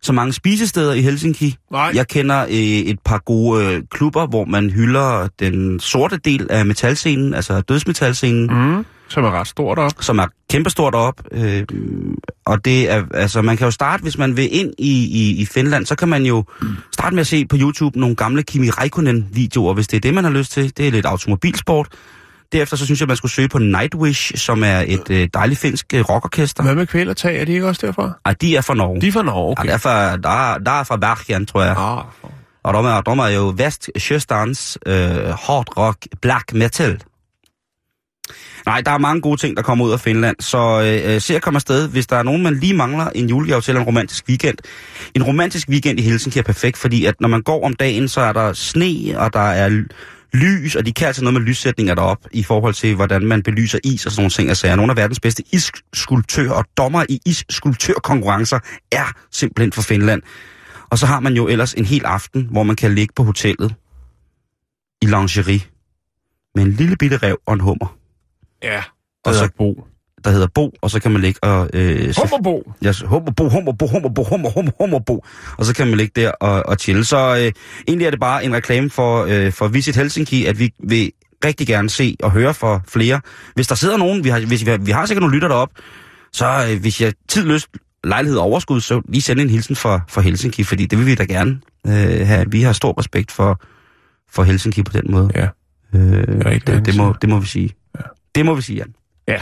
så mange spisesteder i Helsinki. Nej. Jeg kender et par gode klubber, hvor man hylder den sorte del af metalscenen, altså dødsmetalscenen. Som er ret stort op. Som er kæmpestort op. Og det er, altså man kan jo starte, hvis man vil ind i Finland, så kan man jo starte med at se på YouTube nogle gamle Kimi Räikkönen-videoer, hvis det er det, man har lyst til. Det er lidt automobilsport. Derefter så synes jeg, man skulle søge på Nightwish, som er et dejligt finsk rockorkester. Hvad med Kvælertag? Er de ikke også derfra? Ej, de er fra Norge. De er fra Norge, okay. Ja, der er fra Bergen, tror jeg. Og de er jo Vestkystans hard rock, black metal. Nej, der er mange gode ting, der kommer ud af Finland, så se at komme afsted, hvis der er nogen, man lige mangler en julegave til en romantisk weekend. En romantisk weekend i Helsinki er perfekt, fordi at når man går om dagen, så er der sne, og der er lys, og de kan altså noget med lyssætninger derop i forhold til, hvordan man belyser is og sådan nogle ting. Altså, nogle af verdens bedste isskulptører og dommer i isskulptørkonkurrencer er simpelthen fra Finland. Og så har man jo ellers en hel aften, hvor man kan ligge på hotellet i lingerie med en lille bitte ræv og en hummer. Ja, der hedder Bo, og så kan man ligge og... Hummerbo! Ja, Hummerbo. Og så kan man ligge der og chille. Så egentlig er det bare en reklame for Visit Helsinki, at vi vil rigtig gerne se og høre for flere. Hvis der sidder nogen, vi har sikkert nogle lytter derop, så hvis jeg tid, lyst, lejlighed og overskud, så lige sende en hilsen for Helsinki, fordi det vil vi da gerne have. Vi har stor respekt for Helsinki på den måde. Ja. Det må vi sige. Ja. Det må vi sige, Jan. Ja.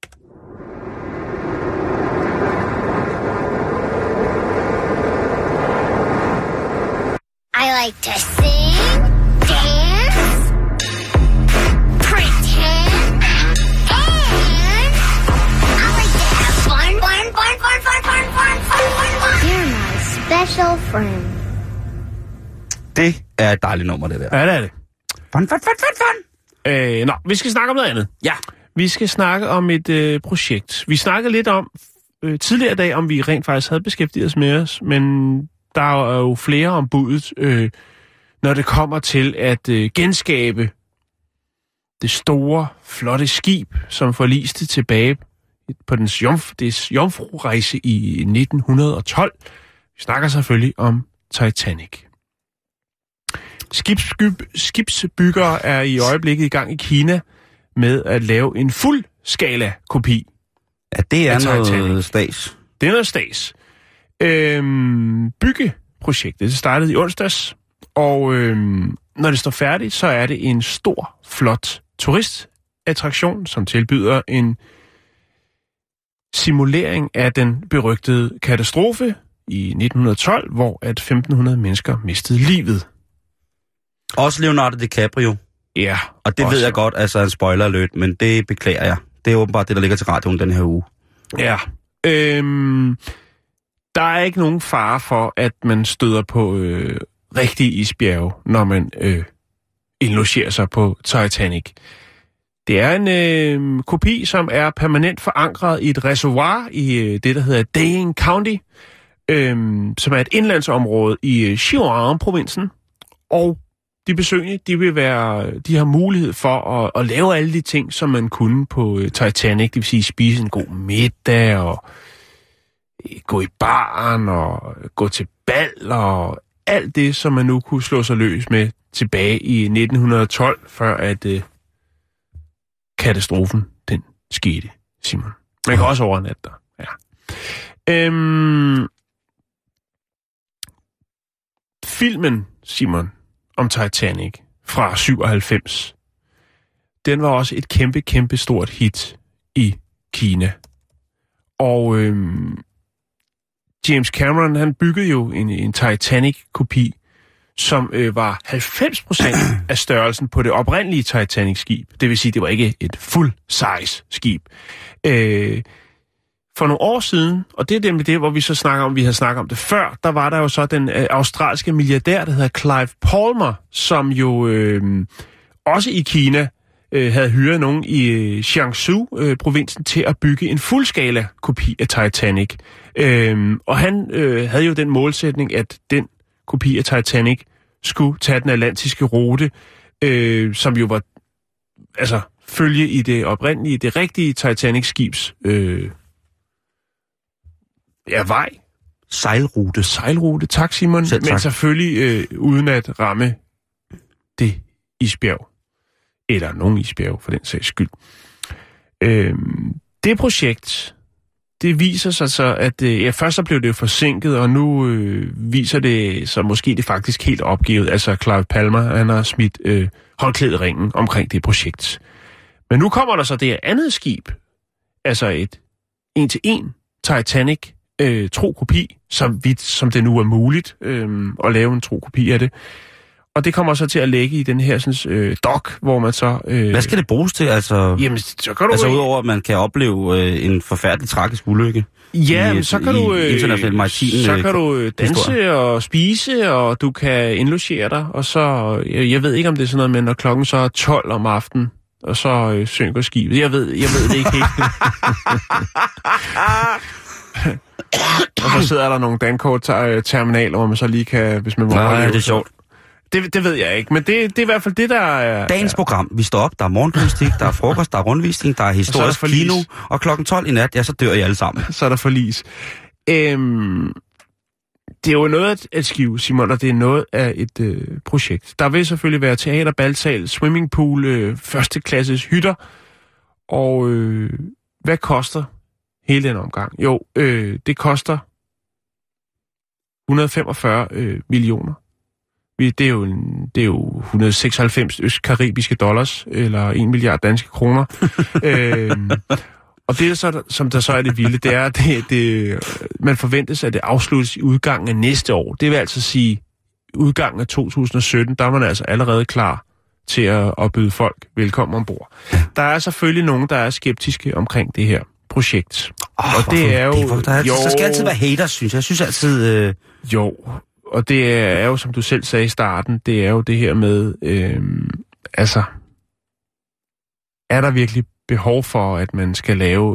I like to sing, dance, pretend, and I like to have fun. You're my special friend. Det er et dejligt nummer, det der. Ja, det er det. Fun. Vi skal snakke om noget andet. Ja. Vi skal snakke om et projekt. Vi snakkede lidt om tidligere i dag, om vi rent faktisk havde beskæftiget os med os, men der er jo flere om budet, når det kommer til at genskabe det store, flotte skib, som forliste tilbage på dens jomfrurejse i 1912. Vi snakker selvfølgelig om Titanic. Skibsbyggere er i øjeblikket i gang i Kina med at lave en fuldskala kopi. Ja, det er noget stas. Det er noget stas. Byggeprojektet startede i onsdags, og når det står færdigt, så er det en stor, flot turistattraktion, som tilbyder en simulering af den berygtede katastrofe i 1912, hvor at 1.500 mennesker mistede livet. Også Leonardo DiCaprio. Ja. Og det også. ved jeg godt, altså en spoiler alert, men det beklager jeg. Det er åbenbart det, der ligger til radioen den her uge. Ja. Der er ikke nogen fare for, at man støder på rigtige isbjerge, når man indlogerer sig på Titanic. Det er en kopi, som er permanent forankret i et reservoir i det, der hedder Dane County, som er et indlandsområde i Sichuan-provinsen. Og de besøgende, de har mulighed for at lave alle de ting, som man kunne på Titanic. Det vil sige spise en god middag, og gå i baren, og gå til bal, og alt det, som man nu kunne slå sig løs med tilbage i 1912, før at katastrofen, den skete, Simon. Man kan også overnatte der. Ja. Filmen, Simon, om Titanic fra 97, den var også et kæmpe stort hit i Kina. Og James Cameron, han byggede jo en Titanic-kopi, som var 90% af størrelsen på det oprindelige Titanic-skib. Det vil sige, det var ikke et full-size skib. For nogle år siden, og det er det med det, hvor vi så snakker om, vi har snakket om det før, der var der jo så den australske milliardær, der hedder Clive Palmer, som jo også i Kina havde hyret nogen i Jiangsu-provinsen til at bygge en fuldskala kopi af Titanic. Og han havde jo den målsætning, at den kopi af Titanic skulle tage den atlantiske rute, som jo var følge i det oprindelige, det rigtige Titanic-skibs vej. sejlrute. Sejlrute, tak Simon. Selv tak. Men selvfølgelig uden at ramme det isbjerg. Eller nogen isbjerg, for den sags skyld. Det projekt, det viser sig så, at først så blev det forsinket, og nu viser det så måske det faktisk helt opgivet. Altså Clive Palmer, han har smidt håndklædet i ringen omkring det projekt. Men nu kommer der så det andet skib, altså et 1-til-1 Titanic tro kopi, så vidt som det nu er muligt at lave en tro kopi af det. Og det kommer så til at ligge i den her sådan, dock, hvor man så... Hvad skal det bruges til? Altså, jamen, så kan du... Altså udover, at man kan opleve en forfærdelig tragisk ulykke. Ja, så kan du... international maritim, så kan du danse historie. Og spise, og du kan indlogere dig. Og så... Jeg ved ikke, om det er sådan noget, men når klokken så er 12 om aftenen, og så synker skibet. Jeg ved det ikke helt. Og så sidder der nogle dankort-terminaler, hvor man så lige kan... Hvis man må nej, det er sjovt. Det ved jeg ikke, men det er i hvert fald det, der er... Dagens program. Vi står op, der er morgengymnastik, der er frokost, der er rundvisning, der er historisk kino, og klokken 12 i nat, ja, så dør I alle sammen. Så er der forlis. Det er jo noget af et skive, Simon, og det er noget af et projekt. Der vil selvfølgelig være teater, balsal, swimmingpool, førsteklasses hytter, og hvad koster hele den omgang? Jo, det koster 145 millioner. Det er jo 196 østkaribiske dollars, eller 1 milliard danske kroner. Og det, som der så er det vilde, det er, at man forventes, at det afsluttes i udgangen af næste år. Det vil altså sige, udgangen af 2017, der er man altså allerede klar til at byde folk velkommen ombord. Der er selvfølgelig nogen, der er skeptiske omkring det her projekt. Og det er jo... Så skal altid være haters, synes jeg. Jeg synes altid... Jo... Og det er jo, som du selv sagde i starten, det er jo det her med, altså, er der virkelig behov for, at man skal lave,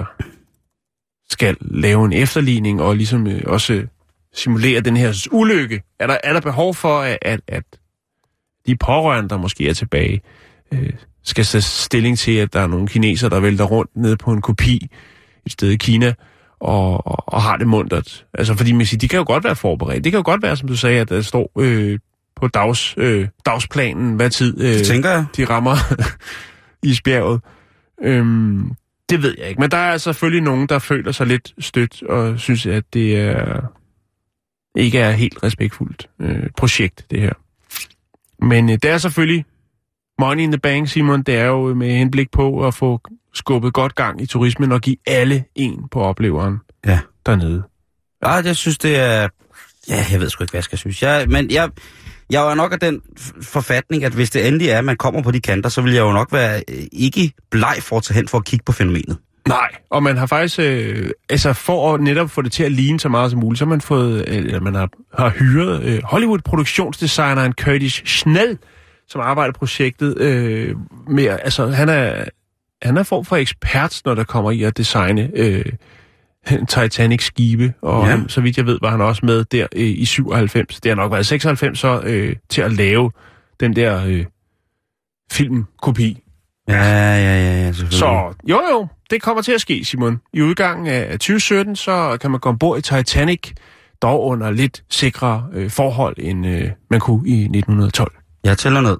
en efterligning og ligesom også simulere den her ulykke? Er der behov for, at de pårørende, der måske er tilbage, skal tage stilling til, at der er nogle kinesere, der vælter rundt ned på en kopi et sted i Kina, og har det muntert. Altså, fordi man siger, de kan jo godt være forberedt. Det kan jo godt være, som du sagde, at der står på dagsplanen, hvad tid det tænker jeg. De rammer isbjerget. Det ved jeg ikke. Men der er selvfølgelig nogen, der føler sig lidt stødt, og synes, at det ikke er helt respektfuldt projekt, det her. Men det er selvfølgelig money in the bank, Simon. Det er jo med henblik på at få skubbet godt gang i turismen og give alle en på opleveren dernede. Ja, jeg synes, det er... Ja, jeg ved sgu ikke, hvad jeg skal synes. Men jeg er nok af den forfatning, at hvis det endelig er, at man kommer på de kanter, så vil jeg jo nok være ikke bleg for at tage hen for at kigge på fænomenet. Nej, og man har faktisk... for at netop få det til at ligne så meget som muligt, så har man fået... man har hyret Hollywood-produktionsdesigneren Curtis Schnell, som arbejder på projektet med... Altså, han er form for ekspert, når der kommer i at designe Titanic-skibe, og han, så vidt jeg ved, var han også med der i 97. Det har nok været 96 så til at lave den der filmkopi. Ja, så jo, det kommer til at ske, Simon. I udgangen af 2017, så kan man gå ombord i Titanic, dog under lidt sikre forhold, end man kunne i 1912. Jeg tæller ned.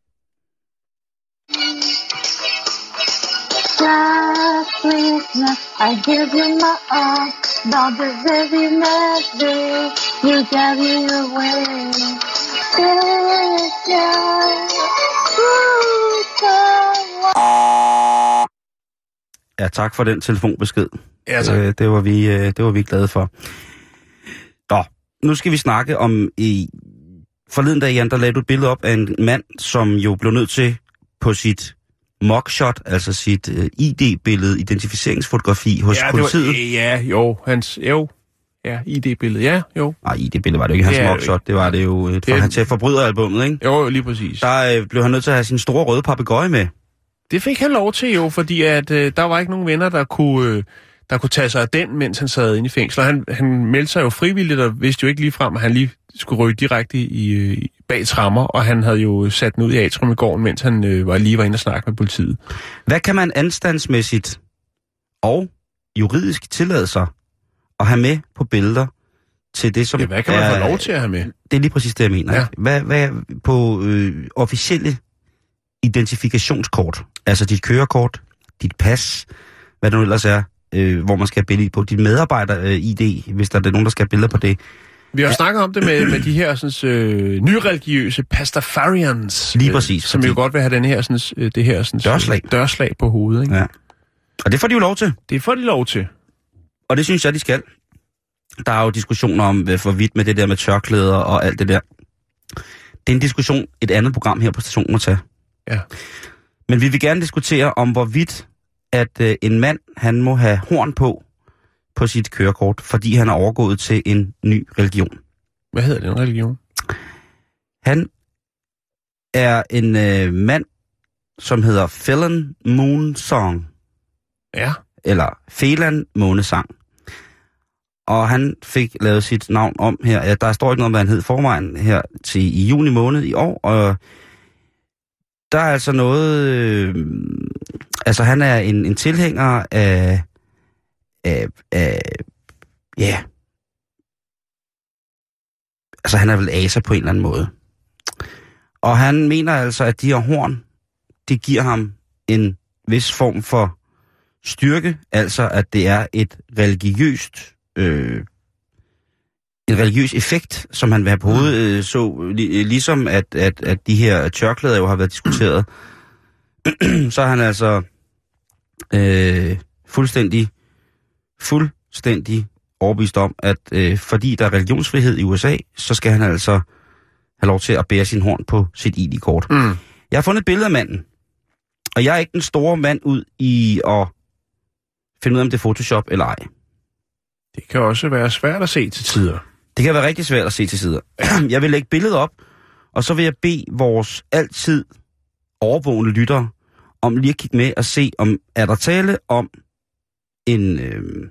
Last Christmas, I give you my all, but the very next day, you gave me away. Ja, tak for den telefonbesked. Ja, tak. Det var vi glade for. Nå, nu skal vi snakke om forleden dag, Jan, der lagde du et billede op af en mand, som jo blev nødt til på sit mugshot, altså sit ID-billede, identificeringsfotografi hos politiet. ID-billede, jo. Nej, ID-billede var det jo ikke hans mugshot, det var det jo til forbryderalbummet, ikke? Jo, lige præcis. Der blev han nødt til at have sin store røde papegøje med. Det fik han lov til jo, fordi at der var ikke nogen venner, der kunne tage sig af den, mens han sad inde i fængsel. Han meldte sig jo frivilligt, og vidste jo ikke ligefrem, at han lige skulle ryge direkte i bag tremmer, og han havde jo sat den ud i atrium i gården, mens han var inde og snakke med politiet. Hvad kan man anstandsmæssigt og juridisk tillade sig at have med på billeder til det, som hvad kan man få lov til at have med? Det er lige præcis det, jeg mener. Ja. Hvad på officielle identifikationskort, altså dit kørekort, dit pas, hvad det nu ellers er, hvor man skal have billede på, dit medarbejder-ID, hvis der er nogen, der skal have billeder på det. Vi har snakket om det med de her nyreligiøse Pastafarians. Lige præcis. Som jo godt vil have den her, det her dørslag på hovedet. Ikke? Ja. Og det får de jo lov til. Det får de lov til. Og det synes jeg, de skal. Der er jo diskussioner om, hvorvidt med det der med tørklæder og alt det der. Det er en diskussion, et andet program her på stationen må tage. Ja. Men vi vil gerne diskutere om, hvorvidt at en mand, han må have horn på sit kørekort, fordi han er overgået til en ny religion. Hvad hedder den religion? Han er en mand, som hedder Phelan Moon Song. Ja. Eller Phelan Månesang. Og han fik lavet sit navn om her. Ja, der står ikke noget, hvad han hed forvejen her i juni måned i år. Og der er altså noget... altså han er en tilhænger af ja. Altså han er vel aser på en eller anden måde. Og han mener altså, at de her horn, det giver ham en vis form for styrke. Altså at det er et religiøst... en religiøs effekt, som han vil have på hovedet, ligesom at de her tørklæder jo har været diskuteret, så er han altså fuldstændig overbevist om, at fordi der er religionsfrihed i USA, så skal han altså have lov til at bære sin horn på sit ID-kort. Jeg har fundet et billede af manden, og jeg er ikke den store mand ud i at finde ud af, om det er Photoshop eller ej. Det kan også være svært at se til tider. Det kan være rigtig svært at se til sider. Jeg vil lægge billedet op, og så vil jeg bede vores altid overvågende lyttere om lige at kigge med og se, om er der tale om en...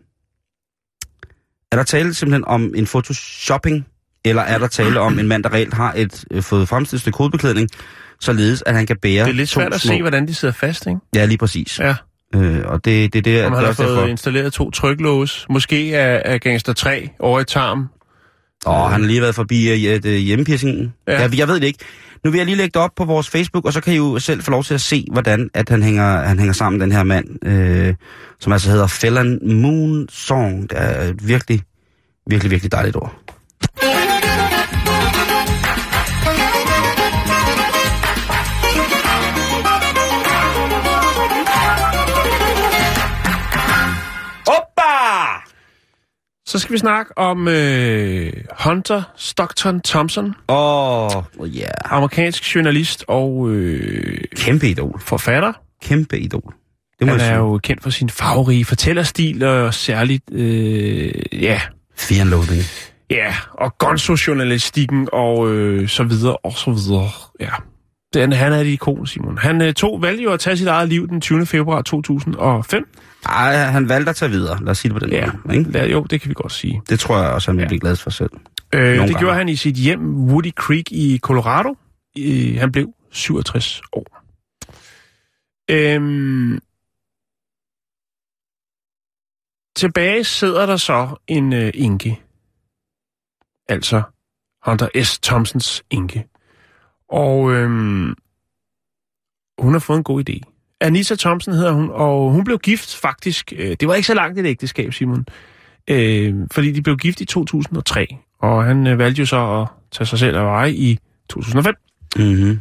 er der tale simpelthen om en photoshopping, eller er der tale om en mand, der reelt har fået fremstillet stykke hovedbeklædning, således at han kan bære... Det er lidt svært at se, hvordan de sidder fast, ikke? Ja, lige præcis. Ja. Og det er det, om han har fået installeret 2 tryklås, måske af Gangster 3 over i Tarm. Han har lige været forbi hjemmepiercingen. Ja. Jeg ved det ikke. Nu vil jeg lige lægge det op på vores Facebook, og så kan I jo selv få lov til at se, hvordan at han hænger sammen, den her mand, som altså hedder Phelan Moon Song. Det er et virkelig, virkelig, virkelig dejligt ord. Så skal vi snakke om Hunter Stockton Thompson. Yeah. Amerikansk journalist og... kæmpe idol. Forfatter. Kæmpe idol. Han er jo kendt for sin farverige fortællerstil og særligt... Fear and Loathing. Ja, og gonzo-journalistikken og så videre og så videre. Ja. Han er et ikon, Simon. Han valgte jo at tage sit eget liv den 20. februar 2005. Ej, han valgte at tage videre. Lad os sige det på den måde. Ikke? Jo, det kan vi godt sige. Det tror jeg også, han vil blive glad for selv. Det gjorde han i sit hjem Woody Creek i Colorado. Han blev 67 år. Tilbage sidder der så en enke. Altså Hunter S. Thompsons enke. Og hun har fået en god idé. Anita Thompson hedder hun, og hun blev gift faktisk. Det var ikke så langt et ægteskab, Simon. Fordi de blev gift i 2003. Og han valgte jo så at tage sig selv af veje i 2005. Mm-hmm.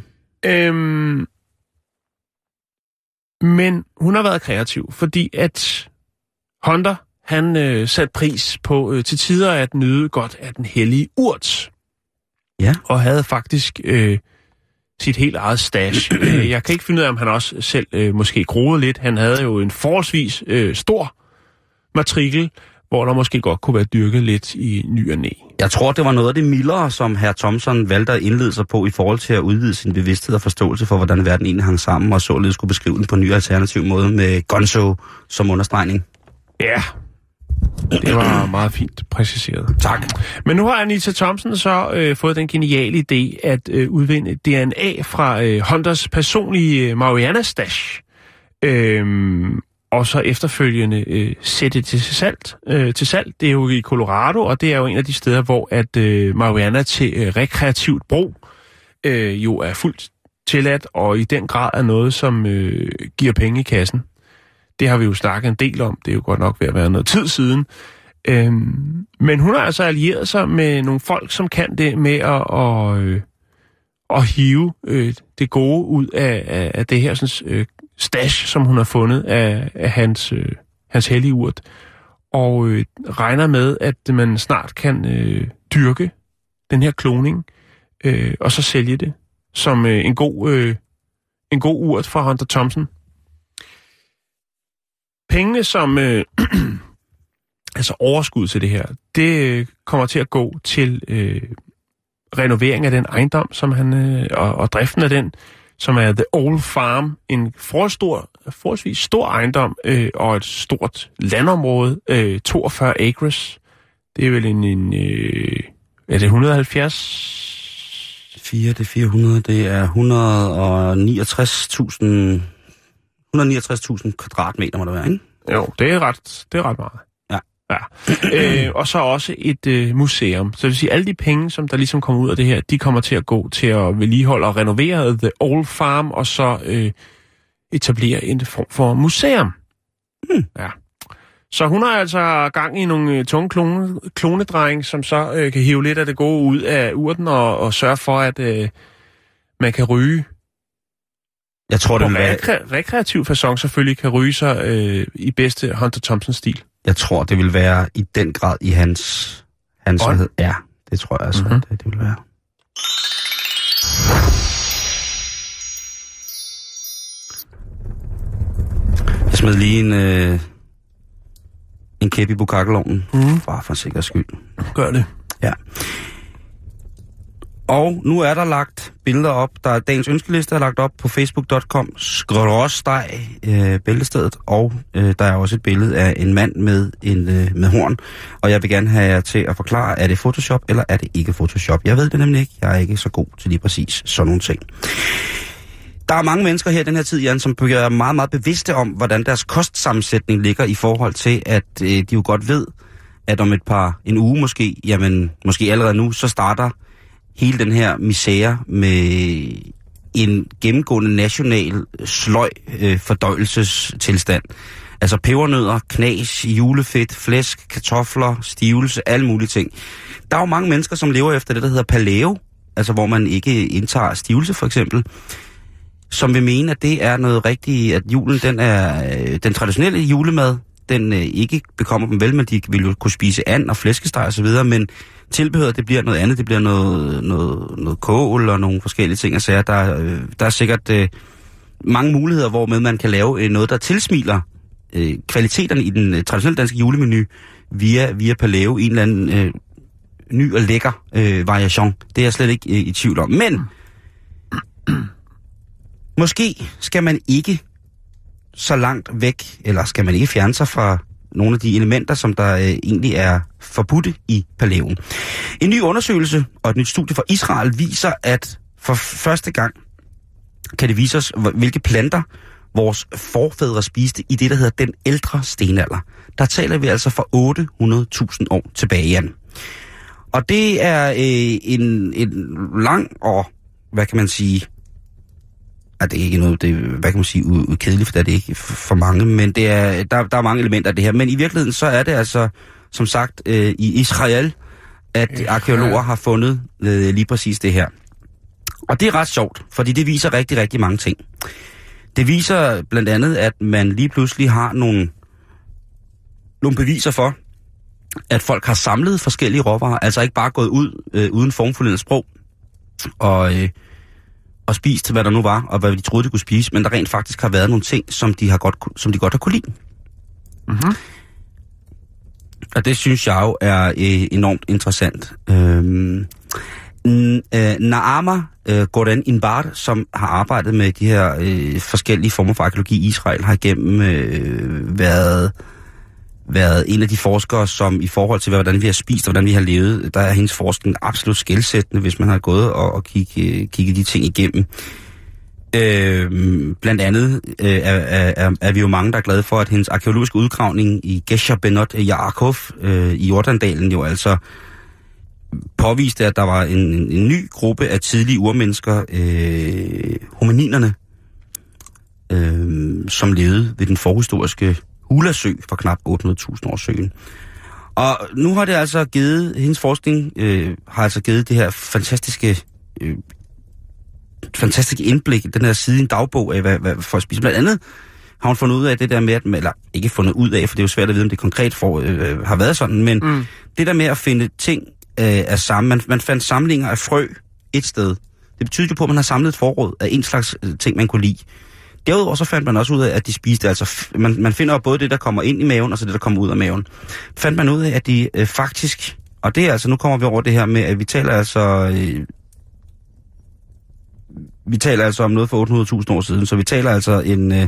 Men hun har været kreativ, fordi at Hunter, han satte pris på til tider at nyde godt af den hellige urt. Ja. Og havde faktisk sit helt eget stash. Jeg kan ikke finde ud af, om han også selv måske groede lidt. Han havde jo en forholdsvis stor matrikel, hvor der måske godt kunne være dyrket lidt i ny og næ. Jeg tror, det var noget af det mildere, som hr. Thompson valgte at indlede sig på i forhold til at udvide sin bevidsthed og forståelse for, hvordan verden egentlig hang sammen, og således skulle beskrive den på en ny alternativ måde med gonzo som understregning. Ja, det var meget fint præciseret. Tak. Men nu har Anita Thompson så fået den geniale idé at udvinde DNA fra Hunters personlige marihuana-stash. og så efterfølgende sætte det til salg. Det er jo i Colorado, og det er jo en af de steder, hvor at marihuana til rekreativt brug jo er fuldt tilladt, og i den grad er noget, som giver penge i kassen. Det har vi jo snakket en del om. Det er jo godt nok ved at være noget tid siden. Men hun har altså allieret sig med nogle folk, som kan det med at hive det gode ud af det her sådan, stash, som hun har fundet af hans hellige urt. Og regner med, at man snart kan dyrke den her kloning, og så sælge det som en god urt fra Hunter Thompson. Pengene, som altså overskud til det her, det kommer til at gå til renovering af den ejendom, som han og driften af den, som er The Old Farm, en forholdsvis stor ejendom og et stort landområde, 42 acres. Det er vel er det 170? 4, det er 400, det er 169.000 kvadratmeter, må det være, ikke? Jo, det er ret meget. Ja. Og så også et museum. Så det vil sige, alle de penge, som der ligesom kommer ud af det her, de kommer til at gå til at vedligeholde og renovere The Old Farm, og så etablere en form for museum. Ja. Så hun har altså gang i nogle tunge klonedreng, som så kan hive lidt af det gode ud af urten og sørge for, at man kan ryge. Jeg tror, det vil være rekreativ facon selvfølgelig kan ryge sig i bedste Hunter Thompson-stil. Jeg tror, det vil være i den grad i hans ja, det tror jeg altså, det vil være. Jeg smed lige en kæp i bukakkelovnen, bare for en sikkerheds skyld. Gør det. Ja. Og nu er der lagt billeder op. Der er dagens ønskeliste er lagt op på facebook.com/bæltestedet, og der er også et billede af en mand med horn. Og jeg vil gerne have jer til at forklare, er det Photoshop, eller er det ikke Photoshop? Jeg ved det nemlig ikke. Jeg er ikke så god til lige præcis sådan nogle ting. Der er mange mennesker her i den her tid, Jan, som bliver meget, meget bevidste om, hvordan deres kostsammensætning ligger i forhold til, at de jo godt ved, at om en uge måske, jamen måske allerede nu, så starter hele den her misære med en gennemgående national sløj fordøjelsestilstand. Altså pebernødder, knas, julefedt, flæsk, kartofler, stivelse, alle mulige ting. Der er jo mange mennesker, som lever efter det, der hedder paleo, altså hvor man ikke indtager stivelse for eksempel, som vil mene, at det er noget rigtigt, at julen, den er den traditionelle julemad, den ikke bekommer dem vel, men de vil jo kunne spise and og flæskesteg og så videre, men tilbehøret, det bliver noget andet, det bliver noget kål og nogle forskellige ting og sager. Der er sikkert mange muligheder, hvormed man kan lave noget, der tilsmiler kvaliteterne i den traditionelle danske julemenu via paleo, en eller anden ny og lækker variation. Det er jeg slet ikke i tvivl om. Men måske skal man ikke så langt væk, eller skal man ikke fjerne sig fra nogle af de elementer, som der egentlig er forbudte i paleoen. En ny undersøgelse og et nyt studie fra Israel viser, at for første gang kan det vise os, hvilke planter vores forfædre spiste i det, der hedder den ældre stenalder. Der taler vi altså for 800.000 år tilbage igen. Og det er en lang og, hvad kan man sige, det er ikke noget, hvad kan man sige, ukedeligt, for det er det ikke for mange, men det er, der er mange elementer af det her. Men i virkeligheden, så er det altså, som sagt, i Israel, at arkæologer har fundet lige præcis det her. Og det er ret sjovt, fordi det viser rigtig, rigtig mange ting. Det viser blandt andet, at man lige pludselig har nogle beviser for, at folk har samlet forskellige råvarer, altså ikke bare gået ud uden formfuldendt sprog, og spist, hvad der nu var, og hvad de troede, de kunne spise, men der rent faktisk har været nogle ting, som de godt har kunne lide. Mm-hmm. Og det synes jeg jo er enormt interessant. Naama Goren Inbar, som har arbejdet med de her forskellige former for arkæologi i Israel, har igennem været en af de forskere, som i forhold til, hvordan vi har spist og hvordan vi har levet, der er hendes forskning absolut skelsættende, hvis man har gået og kigget de ting igennem. Blandt andet er vi jo mange, der er glade for, at hendes arkeologiske udgravning i Gesher Benot Yaakov i Jordandalen jo altså påviste, at der var en ny gruppe af tidlige urmennesker, homininerne, som levede ved den forhistoriske Hulasø for knap 800.000 år søen. Og nu har det altså givet, hendes forskning har altså givet det her fantastiske indblik i den her side i en dagbog af, hvad folk spiser. Blandt andet har hun fundet ud af det der med, eller ikke fundet ud af, for det er jo svært at vide, om det konkret har været sådan, men det der med at finde ting af samme, man fandt samlinger af frø et sted. Det betyder jo på, at man har samlet et forråd af en slags ting, man kunne lide. Derudover så fandt man også ud af, at de spiste, altså man finder jo både det, der kommer ind i maven, og så det, der kommer ud af maven. Fandt man ud af, at de faktisk, og det er altså, nu kommer vi over det her med, at vi taler altså om noget for 800.000 år siden, så vi taler altså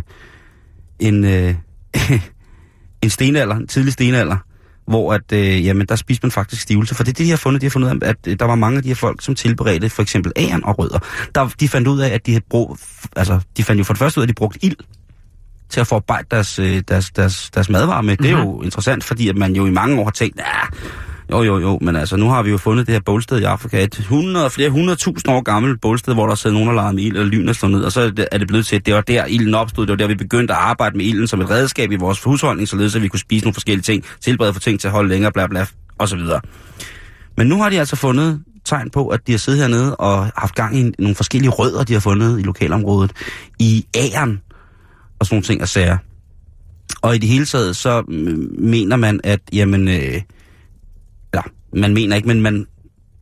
en stenalder, en tidlig stenalder, hvor at, jamen, der spiste man faktisk stivelse. For det er det, de har fundet. De har fundet ud af, at der var mange af de her folk, som tilberedte for eksempel agern og rødder. De fandt ud af, at de fandt jo for det første ud af, at de brugte ild til at forarbejde deres madvarer med. Det er jo interessant, fordi at man jo i mange år har tænkt, men altså, nu har vi jo fundet det her bålsted i Afrika, flere 100.000 år gammelt bålsted, hvor der sidder nogen, der leger med ild, og lyn er slået ned, og så er det blevet til, at det var der, ilden opstod, det var der, vi begyndte at arbejde med ilden som et redskab i vores husholdning, således at vi kunne spise nogle forskellige ting, tilberede for ting til at holde længere, bla bla, og så videre. Men nu har de altså fundet tegn på, at de har siddet hernede og haft gang i nogle forskellige rødder, de har fundet i lokalområdet, i agern, og sådan nogle ting og sager. Og i det hele taget, så mener man, at, man mener ikke, men man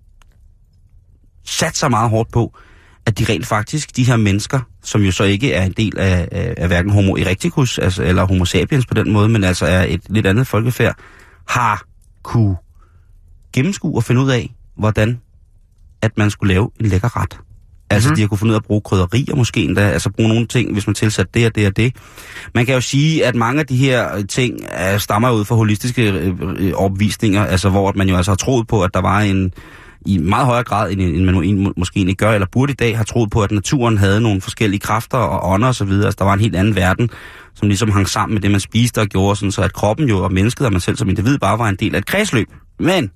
satser meget hårdt på, at de rent faktisk, de her mennesker, som jo så ikke er en del af hverken Homo erecticus, altså, eller Homo sapiens på den måde, men altså er et lidt andet folkefærd, har kunne gennemskue og finde ud af, hvordan at man skulle lave en lækker ret. Altså, de har kunne finde ud af at bruge krydderier måske endda, altså bruge nogle ting, hvis man tilsætter det og det og det. Man kan jo sige, at mange af de her ting stammer ud fra holistiske opvisninger, altså hvor man jo altså har troet på, at der var i meget højere grad, end man måske egentlig gør, eller burde i dag, har troet på, at naturen havde nogle forskellige kræfter og ånder og så videre. Altså, der var en helt anden verden, som ligesom hang sammen med det, man spiste og gjorde, sådan så at kroppen jo og mennesket og man selv som individ bare var en del af et kredsløb. Men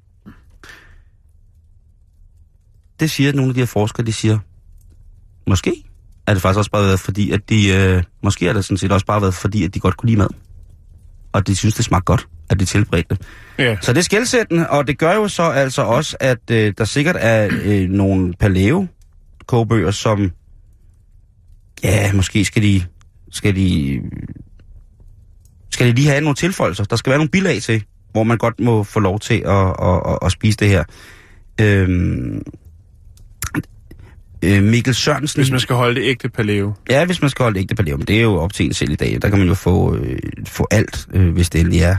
det siger nogle af de her forskere, de siger, måske er det faktisk også bare været fordi, at måske er det sådan set også bare været fordi, at de godt kunne lide mad. Og de synes, det smagte godt, at de tilberedte det. Yeah. Så det er skelsættende, og det gør jo så altså også, at der sikkert er nogle paleo-kogebøger, som, ja, måske skal de lige have nogle tilføjelser. Der skal være nogle bilag til, hvor man godt må få lov til at spise det her. Mikkel Sørensen. Hvis man skal holde det ægte paleo. Ja, hvis man skal holde det ægte paleo, men det er jo op til en selv i dag. Der kan man jo få alt, hvis det endelig er.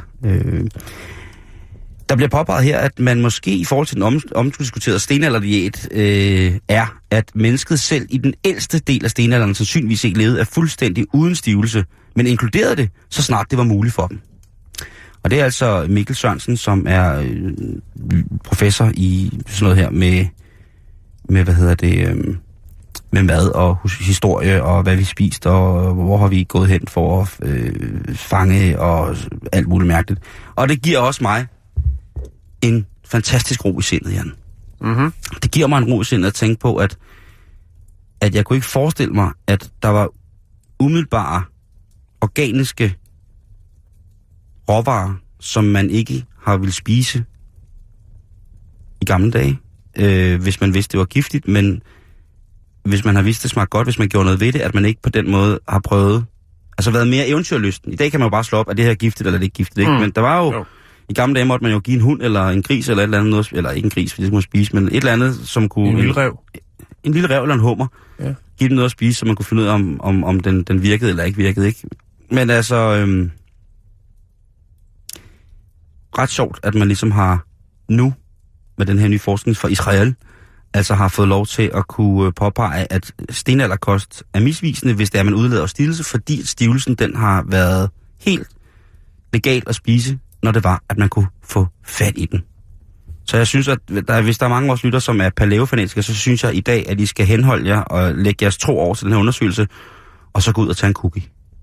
Der bliver påpeget her, at man måske i forhold til den omdiskuterede stenalderdiæt er, at mennesket selv i den ældste del af stenalderen sandsynligvis ikke levede af fuldstændig uden stivelse, men inkluderede det, så snart det var muligt for dem. Og det er altså Mikkel Sørensen, som er professor i sådan noget her med med mad og historie og hvad vi spiste og hvor har vi gået hen for at fange og alt muligt mærkeligt. Og det giver også mig en fantastisk ro i sindet, Jan. Mm-hmm. Det giver mig en ro i sindet at tænke på, at jeg kunne ikke forestille mig, at der var umiddelbare organiske råvarer, som man ikke har ville spise i gamle dage. Hvis man vidste, det var giftigt, men hvis man har vidst, det smagte godt, hvis man gjorde noget ved det, at man ikke på den måde har prøvet, altså været mere eventyrlysten. I dag kan man jo bare slå op, er det her giftigt, eller er det ikke giftigt, ikke? Men der var jo, i gamle dage måtte man jo give en hund, eller en gris, eller et eller andet, eller ikke en gris, fordi det skulle man spise, men et eller andet, som kunne... En lille ræv. En lille ræv eller en hummer. Ja. Give dem noget at spise, så man kunne finde ud af, om den virkede eller ikke virkede, ikke? Men altså... ret sjovt, at man ligesom har nu, med den her nye forskning fra Israel, altså har fået lov til at kunne påpege, at stenalderkost er misvisende, hvis det er, man udleder stivelse, fordi stivelsen den har været helt legal at spise, når det var, at man kunne få fat i den. Så jeg synes, at hvis der er mange af vores lytter, som er palæofanatiske, så synes jeg i dag, at I skal henholde jer og lægge jeres tro over til den her undersøgelse, og så gå ud og tage en cookie.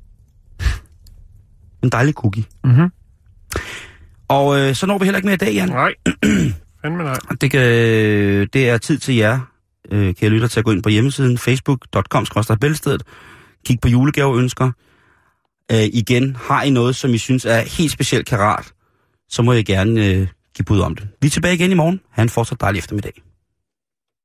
En dejlig cookie. Mhm. Og så når vi heller ikke mere i dag, Jan. Nej. Fandme nej. Det er tid til jer, kære lytter, til at gå ind på hjemmesiden facebook.com/bæltestedet. Kig på julegaveønsker. Igen, har I noget, som I synes er helt specielt karat, så må I gerne give bud om det. Vi er tilbage igen i morgen. Ha' en fortsat dejlig eftermiddag.